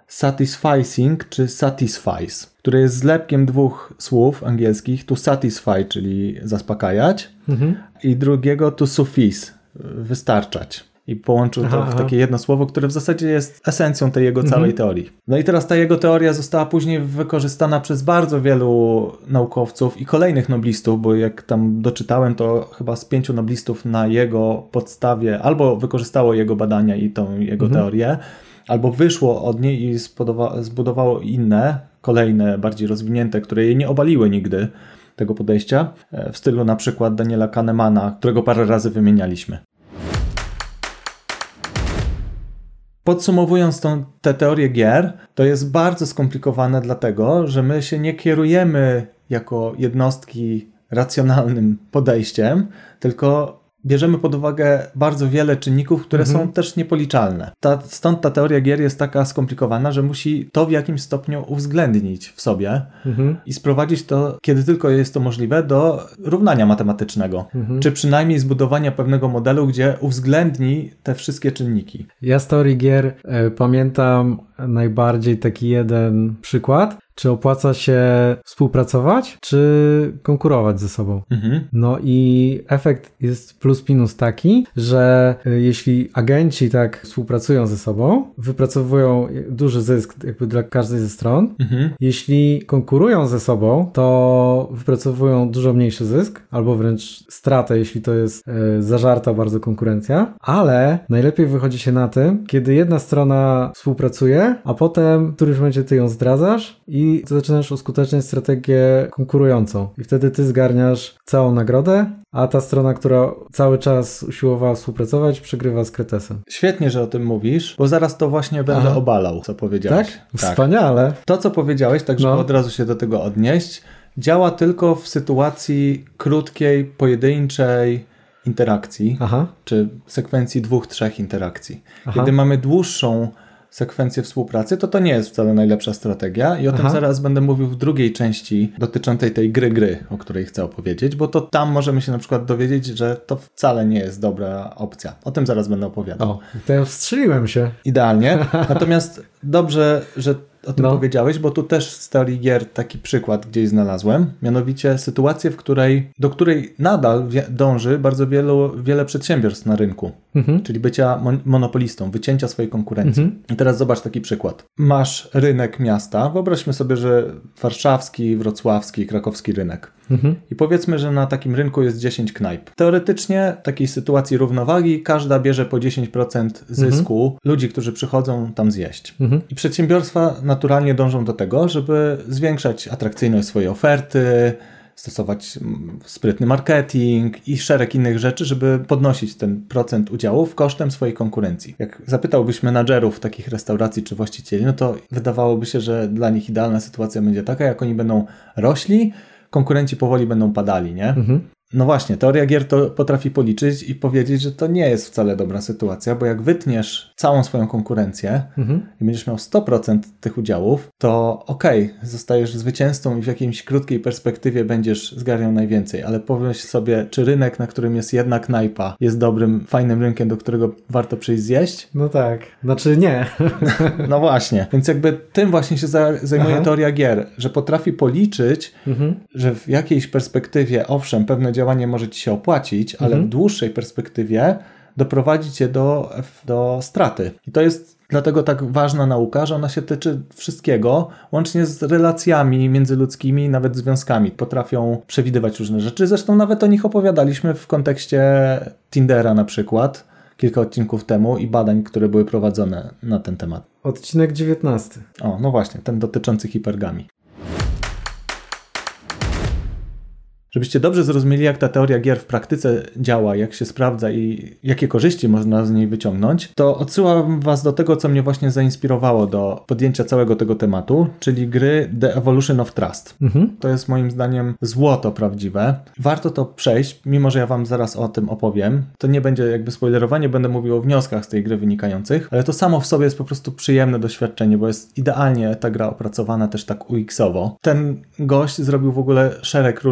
satisficing czy satisfies, które jest zlepkiem dwóch słów angielskich, to satisfy, czyli zaspokajać, mhm. i drugiego to suffice, wystarczać. I połączył aha, to w aha. takie jedno słowo, które w zasadzie jest esencją tej jego całej mhm. teorii. No i teraz ta jego teoria została później wykorzystana przez bardzo wielu naukowców i kolejnych noblistów, bo jak tam doczytałem, to chyba z pięciu noblistów na jego podstawie albo wykorzystało jego badania i tą jego mhm. teorię, albo wyszło od niej i zbudowa- zbudowało inne, kolejne, bardziej rozwinięte, które jej nie obaliły nigdy tego podejścia, w stylu na przykład Daniela Kahnemana, którego parę razy wymienialiśmy. Podsumowując tą, tę teorię gier, to jest bardzo skomplikowane dlatego, że my się nie kierujemy jako jednostki racjonalnym podejściem, tylko bierzemy pod uwagę bardzo wiele czynników, które mhm. są też niepoliczalne. Ta, stąd ta teoria gier jest taka skomplikowana, że musi to w jakimś stopniu uwzględnić w sobie mhm. i sprowadzić to, kiedy tylko jest to możliwe, do równania matematycznego. Mhm. Czy przynajmniej zbudowania pewnego modelu, gdzie uwzględni te wszystkie czynniki. Ja z teorii gier y, pamiętam najbardziej taki jeden przykład. Czy opłaca się współpracować, czy konkurować ze sobą? Mhm. No i efekt jest plus minus taki, że jeśli agenci tak współpracują ze sobą, wypracowują duży zysk jakby dla każdej ze stron. Mhm. Jeśli konkurują ze sobą, to wypracowują dużo mniejszy zysk, albo wręcz stratę, jeśli to jest e, zażarta bardzo konkurencja, ale najlepiej wychodzi się na tym, kiedy jedna strona współpracuje, a potem w którymś momencie ty ją zdradzasz i i zaczynasz uskuteczniać strategię konkurującą. I wtedy ty zgarniasz całą nagrodę, a ta strona, która cały czas usiłowała współpracować, przegrywa z kretesem. Świetnie, że o tym mówisz, bo zaraz to właśnie będę Aha. obalał, co powiedziałeś. Tak? tak? Wspaniale. To, co powiedziałeś, tak żeby no. od razu się do tego odnieść, działa tylko w sytuacji krótkiej, pojedynczej interakcji, Aha. czy sekwencji dwóch, trzech interakcji. Aha. Kiedy mamy dłuższą sekwencję współpracy, to to nie jest wcale najlepsza strategia i o Aha. tym zaraz będę mówił w drugiej części dotyczącej tej gry gry, o której chcę opowiedzieć, bo to tam możemy się na przykład dowiedzieć, że to wcale nie jest dobra opcja. O tym zaraz będę opowiadał. O, to ja wstrzeliłem się. Idealnie. Natomiast dobrze, że o tym no. powiedziałeś, bo tu też z teorii gier taki przykład gdzieś znalazłem, mianowicie sytuację, w której, do której nadal wie, dąży bardzo wielu, wiele przedsiębiorstw na rynku, mhm. czyli bycia mon- monopolistą, wycięcia swojej konkurencji. Mhm. I teraz zobacz taki przykład. Masz rynek miasta, wyobraźmy sobie, że warszawski, wrocławski, krakowski rynek. Mhm. I powiedzmy, że na takim rynku jest dziesięć knajp. Teoretycznie w takiej sytuacji równowagi każda bierze po dziesięć procent zysku mhm. ludzi, którzy przychodzą tam zjeść. Mhm. I przedsiębiorstwa naturalnie dążą do tego, żeby zwiększać atrakcyjność swojej oferty, stosować sprytny marketing i szereg innych rzeczy, żeby podnosić ten procent udziałów kosztem swojej konkurencji. Jak zapytałbyś menadżerów takich restauracji czy właścicieli, no to wydawałoby się, że dla nich idealna sytuacja będzie taka, jak oni będą rośli, konkurenci powoli będą padali, nie? Mhm. No właśnie, teoria gier to potrafi policzyć i powiedzieć, że to nie jest wcale dobra sytuacja, bo jak wytniesz całą swoją konkurencję mhm. i będziesz miał sto procent tych udziałów, to okej, okay, zostajesz zwycięzcą i w jakiejś krótkiej perspektywie będziesz zgarniał najwięcej, ale pomyśl sobie, czy rynek, na którym jest jedna knajpa, jest dobrym, fajnym rynkiem, do którego warto przyjść zjeść? No tak, znaczy nie. No właśnie, więc jakby tym właśnie się zajmuje Aha. teoria gier, że potrafi policzyć, mhm. że w jakiejś perspektywie, owszem, pewne działanie może ci się opłacić, ale mhm. w dłuższej perspektywie doprowadzi cię do, do straty. I to jest dlatego tak ważna nauka, że ona się tyczy wszystkiego, łącznie z relacjami międzyludzkimi, nawet związkami. Potrafią przewidywać różne rzeczy. Zresztą nawet o nich opowiadaliśmy w kontekście Tindera na przykład, kilka odcinków temu i badań, które były prowadzone na ten temat. Odcinek dziewiętnasty. O, no właśnie, ten dotyczący hipergamii. Żebyście dobrze zrozumieli, jak ta teoria gier w praktyce działa, jak się sprawdza i jakie korzyści można z niej wyciągnąć, to odsyłam was do tego, co mnie właśnie zainspirowało do podjęcia całego tego tematu, czyli gry The Evolution of Trust. Mhm. To jest moim zdaniem złoto prawdziwe. Warto to przejść, mimo że ja wam zaraz o tym opowiem. To nie będzie jakby spoilerowanie, będę mówił o wnioskach z tej gry wynikających, ale to samo w sobie jest po prostu przyjemne doświadczenie, bo jest idealnie ta gra opracowana też tak U X-owo. Ten gość zrobił w ogóle szereg różnych gier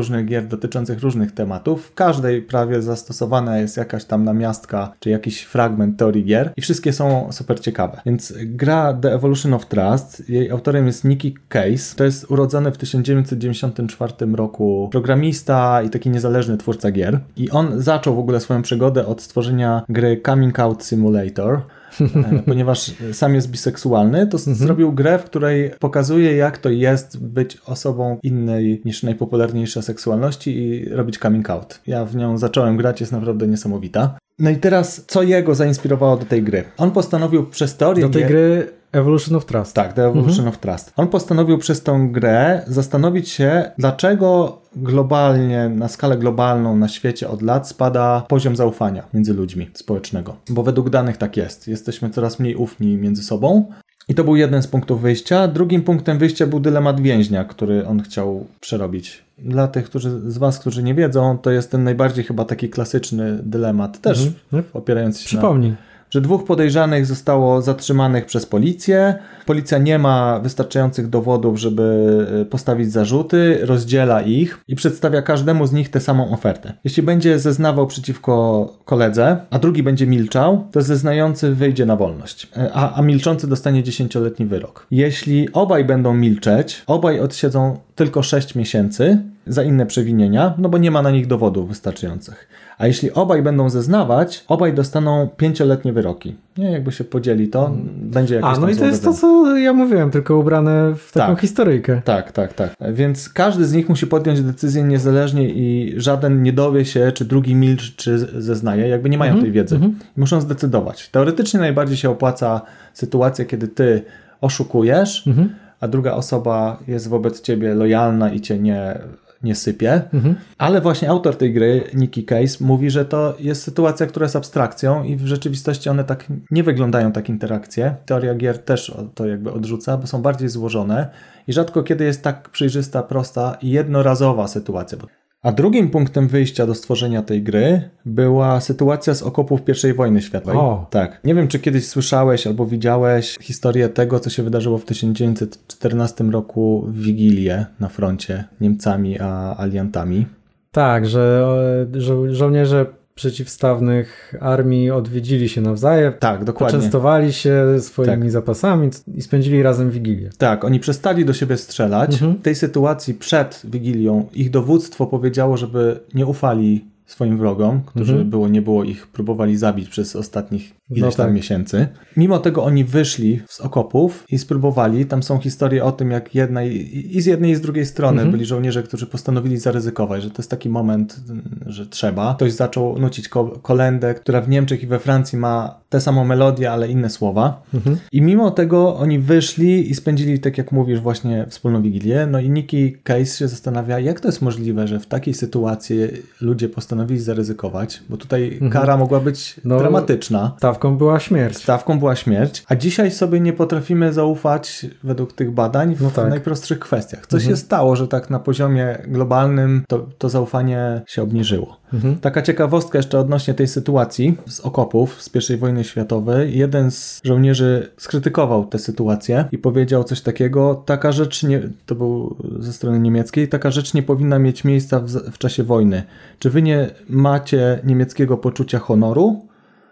gier dotyczących różnych tematów. W każdej prawie zastosowana jest jakaś tam namiastka, czy jakiś fragment teorii gier i wszystkie są super ciekawe. Więc gra The Evolution of Trust, jej autorem jest Nicky Case. To jest urodzony w tysiąc dziewięćset dziewięćdziesiątym czwartym roku programista i taki niezależny twórca gier. I on zaczął w ogóle swoją przygodę od stworzenia gry Coming Out Simulator, ponieważ sam jest biseksualny, to mhm. zrobił grę, w której pokazuje, jak to jest być osobą innej niż najpopularniejsza seksualności i robić coming out. Ja w nią zacząłem grać, jest naprawdę niesamowita. No i teraz, co jego zainspirowało do tej gry? On postanowił przez teorię... Do tej gier... gry Evolution of Trust. Tak, The Evolution mhm. of Trust. On postanowił przez tę grę zastanowić się, dlaczego globalnie, na skalę globalną na świecie od lat spada poziom zaufania między ludźmi społecznego. Bo według danych tak jest. Jesteśmy coraz mniej ufni między sobą. I to był jeden z punktów wyjścia. Drugim punktem wyjścia był dylemat więźnia, który on chciał przerobić. Dla tych którzy, z was, którzy nie wiedzą, to jest ten najbardziej chyba taki klasyczny dylemat, też mhm. opierający się Przypomnij. na... że dwóch podejrzanych zostało zatrzymanych przez policję. Policja nie ma wystarczających dowodów, żeby postawić zarzuty, rozdziela ich i przedstawia każdemu z nich tę samą ofertę. Jeśli będzie zeznawał przeciwko koledze, a drugi będzie milczał, to zeznający wyjdzie na wolność, a, a milczący dostanie dziesięcioletni wyrok. Jeśli obaj będą milczeć, obaj odsiedzą tylko sześć miesięcy za inne przewinienia, no bo nie ma na nich dowodów wystarczających. A jeśli obaj będą zeznawać, obaj dostaną pięcioletnie wyroki. Nie, jakby się podzieli to, hmm. będzie jakieś A, no i to jest to, co ja mówiłem, tylko ubrane w taką tak. historyjkę. Tak, tak, tak. Więc każdy z nich musi podjąć decyzję niezależnie i żaden nie dowie się, czy drugi milczy, czy zeznaje. Jakby nie mają mm-hmm. tej wiedzy. Mm-hmm. Muszą zdecydować. Teoretycznie najbardziej się opłaca sytuacja, kiedy ty oszukujesz, mm-hmm. a druga osoba jest wobec ciebie lojalna i cię nie... nie sypie, mhm. ale właśnie autor tej gry, Nicky Case, mówi, że to jest sytuacja, która jest abstrakcją i w rzeczywistości one tak nie wyglądają, tak interakcje. Teoria gier też to jakby odrzuca, bo są bardziej złożone i rzadko kiedy jest tak przejrzysta, prosta i jednorazowa sytuacja. A drugim punktem wyjścia do stworzenia tej gry była sytuacja z okopów pierwszej wojny światowej. O. Tak. Nie wiem, czy kiedyś słyszałeś albo widziałeś historię tego, co się wydarzyło w tysiąc dziewięćset czternastym roku w Wigilię na froncie Niemcami a aliantami. Tak, że żo- żołnierze przeciwstawnych armii odwiedzili się nawzajem, tak, dokładnie. poczęstowali się swoimi tak. zapasami i spędzili razem Wigilię. Tak, oni przestali do siebie strzelać. Mhm. W tej sytuacji przed Wigilią ich dowództwo powiedziało, żeby nie ufali swoim wrogom, którzy mhm. było, nie było ich, próbowali zabić przez ostatnich ileś no tak. tam miesięcy. Mimo tego oni wyszli z okopów i spróbowali. Tam są historie o tym, jak jedna i, i z jednej i z drugiej strony mhm. byli żołnierze, którzy postanowili zaryzykować, że to jest taki moment, że trzeba. Ktoś zaczął nucić ko- kolendę, która w Niemczech i we Francji ma tę samą melodię, ale inne słowa. Mhm. I mimo tego oni wyszli i spędzili, tak jak mówisz, właśnie wspólną Wigilię. No i Nicky Case się zastanawia, jak to jest możliwe, że w takiej sytuacji ludzie postanowili zaryzykować, bo tutaj mhm. kara mogła być no, dramatyczna. Stawką była śmierć. Stawką była śmierć, a dzisiaj sobie nie potrafimy zaufać według tych badań w no tak. najprostszych kwestiach. Co mhm. się stało, że tak na poziomie globalnym to, to zaufanie się obniżyło. Mhm. Taka ciekawostka jeszcze odnośnie tej sytuacji z okopów z pierwszej wojny światowej. Jeden z żołnierzy skrytykował tę sytuację i powiedział coś takiego, taka rzecz, nie, to był ze strony niemieckiej, taka rzecz nie powinna mieć miejsca w, w czasie wojny. Czy wy nie macie niemieckiego poczucia honoru?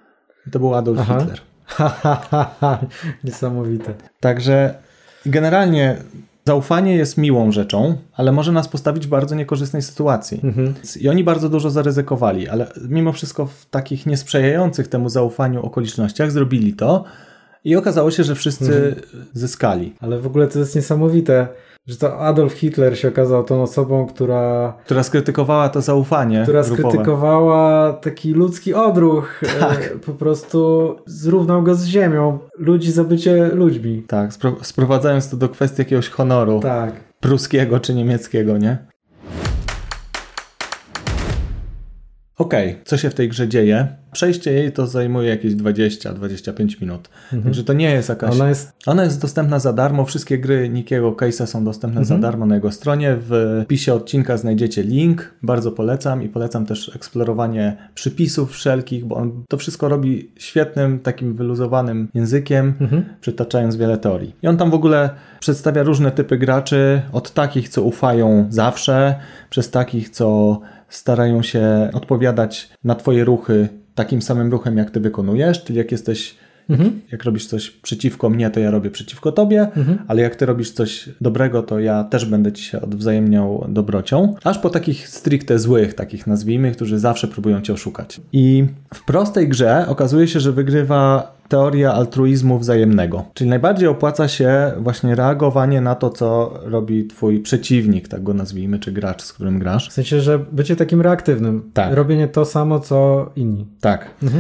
I to był Adolf Aha. Hitler. Niesamowite. Także generalnie zaufanie jest miłą rzeczą, ale może nas postawić w bardzo niekorzystnej sytuacji. Mhm. I oni bardzo dużo zaryzykowali, ale mimo wszystko w takich niesprzyjających temu zaufaniu okolicznościach zrobili to i okazało się, że wszyscy mhm. zyskali. Ale w ogóle to jest niesamowite, że to Adolf Hitler się okazał tą osobą, która... Która skrytykowała to zaufanie Która grupowe. skrytykowała taki ludzki odruch. Tak. E, po prostu zrównał go z ziemią. Ludzi za bycie ludźmi. Tak, spro- sprowadzając to do kwestii jakiegoś honoru. Tak. Pruskiego czy niemieckiego, nie? okej, okay, co się w tej grze dzieje? Przejście jej to zajmuje jakieś dwadzieścia do dwudziestu pięciu minut. Mhm. Także to nie jest jakaś... Ona jest... Ona jest dostępna za darmo. Wszystkie gry Nickiego Case'a są dostępne mhm. za darmo na jego stronie. W opisie odcinka znajdziecie link. Bardzo polecam i polecam też eksplorowanie przypisów wszelkich, bo on to wszystko robi świetnym, takim wyluzowanym językiem, mhm. przytaczając wiele teorii. I on tam w ogóle przedstawia różne typy graczy, od takich, co ufają zawsze, przez takich, co starają się odpowiadać na twoje ruchy takim samym ruchem, jak ty wykonujesz, czyli jak jesteś, mhm. jak, jak robisz coś przeciwko mnie, to ja robię przeciwko tobie, mhm. ale jak ty robisz coś dobrego, to ja też będę ci się odwzajemniał dobrocią, aż po takich stricte złych, takich nazwijmy, którzy zawsze próbują cię oszukać. I w prostej grze okazuje się, że wygrywa teoria altruizmu wzajemnego. Czyli najbardziej opłaca się właśnie reagowanie na to, co robi twój przeciwnik, tak go nazwijmy, czy gracz, z którym grasz. W sensie, że bycie takim reaktywnym. Tak. Robienie to samo, co inni. Tak. Mhm.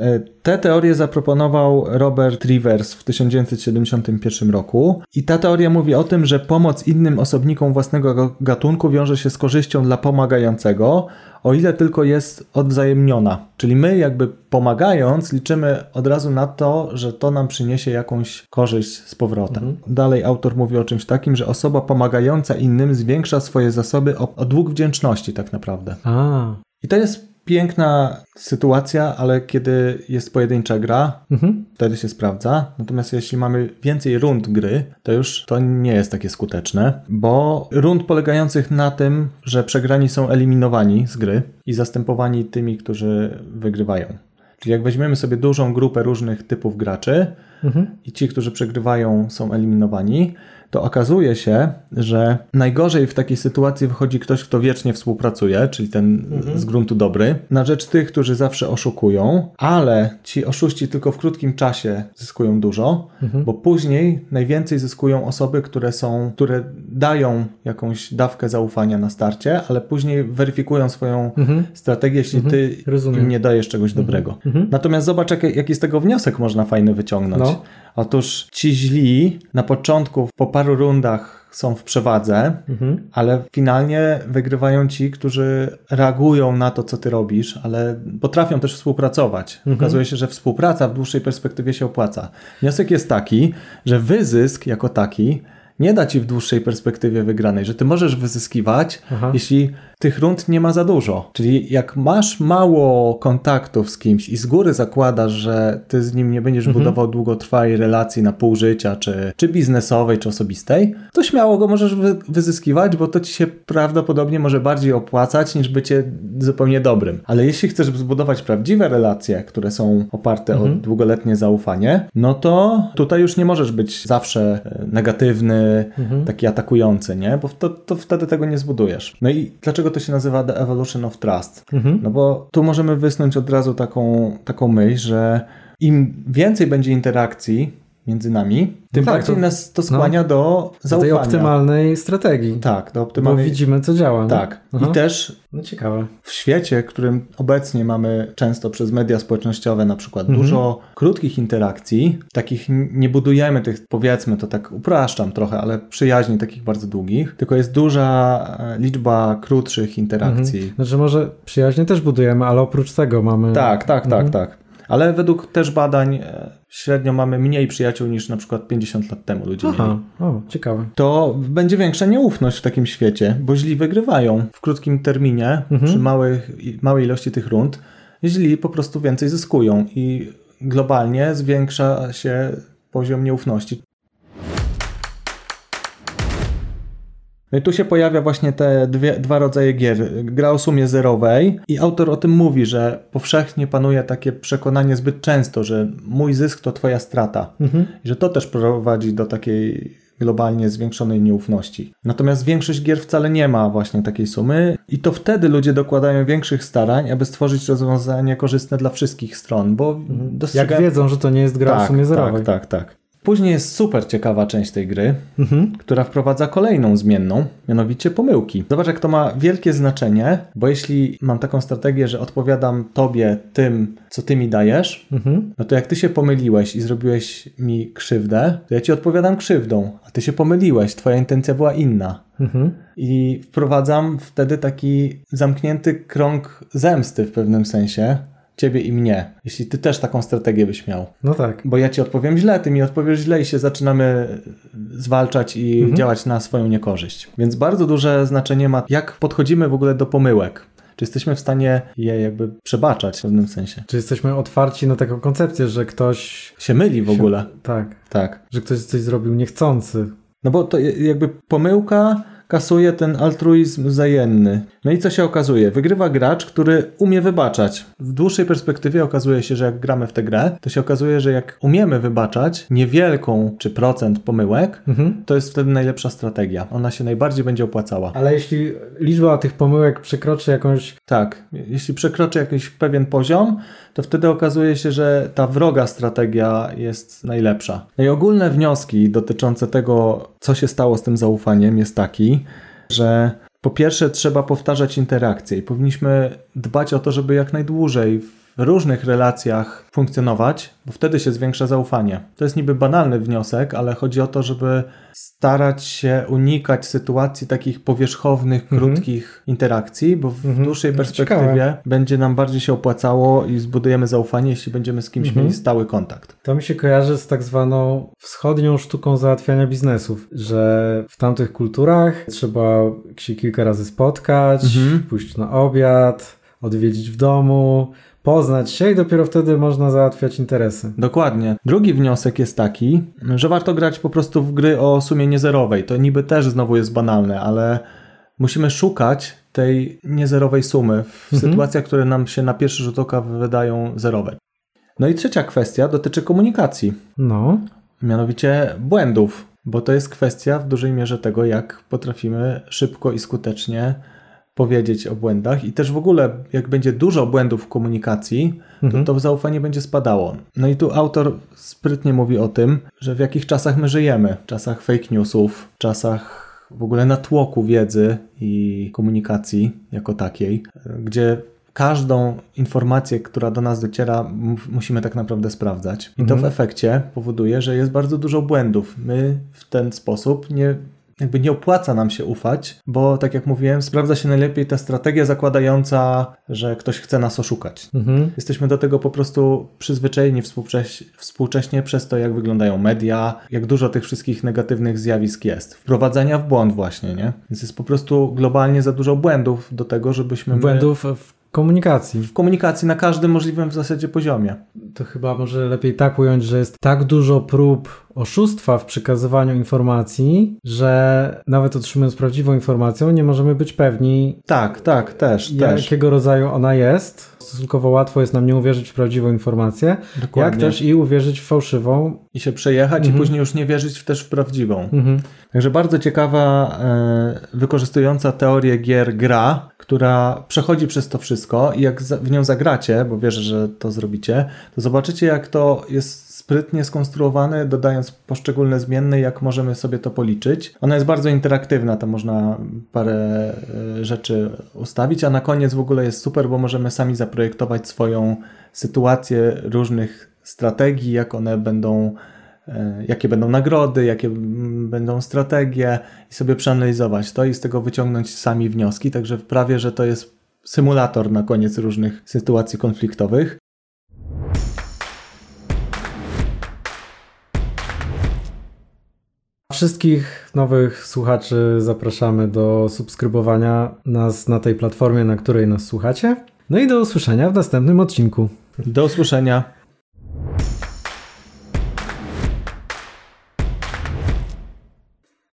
Tę teorię zaproponował Robert Rivers w tysiąc dziewięćset siedemdziesiątym pierwszym roku i ta teoria mówi o tym, że pomoc innym osobnikom własnego gatunku wiąże się z korzyścią dla pomagającego, o ile tylko jest odwzajemniona. Czyli my jakby pomagając liczymy od razu na to, że to nam przyniesie jakąś korzyść z powrotem. Mhm. Dalej autor mówi o czymś takim, że osoba pomagająca innym zwiększa swoje zasoby o, o dług wdzięczności tak naprawdę. A. I to jest piękna sytuacja, ale kiedy jest pojedyncza gra, mhm. wtedy się sprawdza. Natomiast jeśli mamy więcej rund gry, to już to nie jest takie skuteczne, bo rund polegających na tym, że przegrani są eliminowani z gry i zastępowani tymi, którzy wygrywają. Czyli jak weźmiemy sobie dużą grupę różnych typów graczy mhm. i ci, którzy przegrywają, są eliminowani, to okazuje się, że najgorzej w takiej sytuacji wychodzi ktoś, kto wiecznie współpracuje, czyli ten mhm. z gruntu dobry, na rzecz tych, którzy zawsze oszukują, ale ci oszuści tylko w krótkim czasie zyskują dużo, mhm. bo później najwięcej zyskują osoby, które są, które dają jakąś dawkę zaufania na starcie, ale później weryfikują swoją mhm. strategię, jeśli mhm. ty Rozumiem. im nie dajesz czegoś mhm. dobrego. Mhm. Natomiast zobacz, jaki, jaki z tego wniosek można fajny wyciągnąć. No. Otóż ci źli na początku, po paru rundach są w przewadze, mhm. ale finalnie wygrywają ci, którzy reagują na to, co ty robisz, ale potrafią też współpracować. Mhm. Okazuje się, że współpraca w dłuższej perspektywie się opłaca. Wniosek jest taki, że wyzysk jako taki nie da ci w dłuższej perspektywie wygranej, że ty możesz wyzyskiwać, Aha. jeśli tych rund nie ma za dużo. Czyli jak masz mało kontaktów z kimś i z góry zakładasz, że ty z nim nie będziesz mhm. budował długotrwałej relacji na pół życia, czy, czy biznesowej, czy osobistej, to śmiało go możesz wy, wyzyskiwać, bo to ci się prawdopodobnie może bardziej opłacać niż bycie zupełnie dobrym. Ale jeśli chcesz zbudować prawdziwe relacje, które są oparte mhm. o długoletnie zaufanie, no to tutaj już nie możesz być zawsze negatywny, mhm. taki atakujący, nie? Bo to, to wtedy tego nie zbudujesz. No i dlaczego to się nazywa The Evolution of Trust? Mhm. No bo tu możemy wysnuć od razu taką, taką myśl, że im więcej będzie interakcji między nami, tym tak, bardziej to, nas to skłania no, do zaufania. Do tej optymalnej strategii. Tak, do optymalnej... Bo widzimy, co działa. Tak. Aha. I też no ciekawe. W świecie, w którym obecnie mamy często przez media społecznościowe na przykład mhm. dużo krótkich interakcji, takich nie budujemy tych, powiedzmy to tak upraszczam trochę, ale przyjaźni takich bardzo długich, tylko jest duża liczba krótszych interakcji. Mhm. Znaczy może przyjaźnie też budujemy, ale oprócz tego mamy... Tak, tak, mhm. tak, tak. Ale według też badań średnio mamy mniej przyjaciół niż na przykład pięćdziesiąt lat temu ludzie Aha. mieli. O, ciekawe. To będzie większa nieufność w takim świecie, bo źli wygrywają w krótkim terminie, mhm. przy małych, małej ilości tych rund. Źli po prostu więcej zyskują i globalnie zwiększa się poziom nieufności. No i tu się pojawia właśnie te dwie, dwa rodzaje gier. Gra o sumie zerowej i autor o tym mówi, że powszechnie panuje takie przekonanie zbyt często, że mój zysk to twoja strata. Mhm. I że to też prowadzi do takiej globalnie zwiększonej nieufności. Natomiast większość gier wcale nie ma właśnie takiej sumy i to wtedy ludzie dokładają większych starań, aby stworzyć rozwiązanie korzystne dla wszystkich stron, bo mhm. dostrzegają... Jak wiedzą, że to nie jest gra tak, o sumie zerowej. Tak, tak, tak. Później jest super ciekawa część tej gry, Mhm. która wprowadza kolejną zmienną, mianowicie pomyłki. Zobacz, jak to ma wielkie znaczenie, bo jeśli mam taką strategię, że odpowiadam tobie tym, co ty mi dajesz, Mhm. no to jak ty się pomyliłeś i zrobiłeś mi krzywdę, to ja ci odpowiadam krzywdą, a ty się pomyliłeś, twoja intencja była inna. Mhm. I wprowadzam wtedy taki zamknięty krąg zemsty w pewnym sensie, ciebie i mnie, jeśli ty też taką strategię byś miał. No tak. Bo ja ci odpowiem źle, ty mi odpowiesz źle i się zaczynamy zwalczać i Mhm. działać na swoją niekorzyść. Więc bardzo duże znaczenie ma, jak podchodzimy w ogóle do pomyłek. Czy jesteśmy w stanie je jakby przebaczać w pewnym sensie. Czy jesteśmy otwarci na taką koncepcję, że ktoś... Się myli w ogóle. Się... Tak. Tak. Że ktoś coś zrobił niechcący. No bo to jakby pomyłka kasuje ten altruizm wzajemny. No i co się okazuje? Wygrywa gracz, który umie wybaczać. W dłuższej perspektywie okazuje się, że jak gramy w tę grę, to się okazuje, że jak umiemy wybaczać niewielką czy procent pomyłek, Mhm. to jest wtedy najlepsza strategia. Ona się najbardziej będzie opłacała. Ale jeśli liczba tych pomyłek przekroczy jakąś... Tak, jeśli przekroczy jakiś pewien poziom, to wtedy okazuje się, że ta wroga strategia jest najlepsza. No i ogólne wnioski dotyczące tego, co się stało z tym zaufaniem, jest taki, że po pierwsze trzeba powtarzać interakcje i powinniśmy dbać o to, żeby jak najdłużej w różnych relacjach funkcjonować, bo wtedy się zwiększa zaufanie. To jest niby banalny wniosek, ale chodzi o to, żeby starać się unikać sytuacji takich powierzchownych, Mhm. krótkich interakcji, bo w Mhm. dłuższej No, perspektywie ciekawe. będzie nam bardziej się opłacało i zbudujemy zaufanie, jeśli będziemy z kimś Mhm. mieli stały kontakt. To mi się kojarzy z tak zwaną wschodnią sztuką załatwiania biznesów, że w tamtych kulturach trzeba się kilka razy spotkać, Mhm. pójść na obiad, odwiedzić w domu, poznać się i dopiero wtedy można załatwiać interesy. Dokładnie. Drugi wniosek jest taki, że warto grać po prostu w gry o sumie niezerowej. To niby też znowu jest banalne, ale musimy szukać tej niezerowej sumy w Mhm. sytuacjach, które nam się na pierwszy rzut oka wydają zerowe. No i trzecia kwestia dotyczy komunikacji, No, mianowicie błędów, bo to jest kwestia w dużej mierze tego, jak potrafimy szybko i skutecznie powiedzieć o błędach i też w ogóle jak będzie dużo błędów w komunikacji, to, Mhm. to zaufanie będzie spadało. No i tu autor sprytnie mówi o tym, że w jakich czasach my żyjemy. W czasach fake newsów, w czasach w ogóle natłoku wiedzy i komunikacji jako takiej, gdzie każdą informację, która do nas dociera, m- musimy tak naprawdę sprawdzać. I to Mhm. w efekcie powoduje, że jest bardzo dużo błędów. My w ten sposób nie jakby nie opłaca nam się ufać, bo tak jak mówiłem, sprawdza się najlepiej ta strategia zakładająca, że ktoś chce nas oszukać. mhm. Jesteśmy do tego po prostu przyzwyczajeni współcześnie, współcześnie przez to, jak wyglądają media, jak dużo tych wszystkich negatywnych zjawisk jest. Wprowadzenia w błąd właśnie, nie? Więc jest po prostu globalnie za dużo błędów do tego, żebyśmy... my- Błędów w komunikacji. w komunikacji na każdym możliwym w zasadzie poziomie. To chyba może lepiej tak ująć, że jest tak dużo prób oszustwa w przekazywaniu informacji, że nawet otrzymując prawdziwą informację, nie możemy być pewni, Tak, tak, też, też. jakiego rodzaju ona jest. Stosunkowo łatwo jest nam nie uwierzyć w prawdziwą informację, Dokładnie. jak też i uwierzyć w fałszywą. I się przejechać Mhm. i później już nie wierzyć też w prawdziwą. Mhm. Także bardzo ciekawa, e, wykorzystująca teorię gier gra, która przechodzi przez to wszystko i jak za, w nią zagracie, bo wierzę, że to zrobicie, to zobaczycie, jak to jest sprytnie skonstruowane, dodając poszczególne zmienne, jak możemy sobie to policzyć. Ona jest bardzo interaktywna, to można parę e, rzeczy ustawić, a na koniec w ogóle jest super, bo możemy sami zaprojektować swoją sytuację różnych strategii, jak one będą, e, jakie będą nagrody, jakie mm, będą strategie i sobie przeanalizować to i z tego wyciągnąć sami wnioski, także prawie, że to jest symulator na koniec różnych sytuacji konfliktowych. Wszystkich nowych słuchaczy zapraszamy do subskrybowania nas na tej platformie, na której nas słuchacie. No i do usłyszenia w następnym odcinku. Do usłyszenia.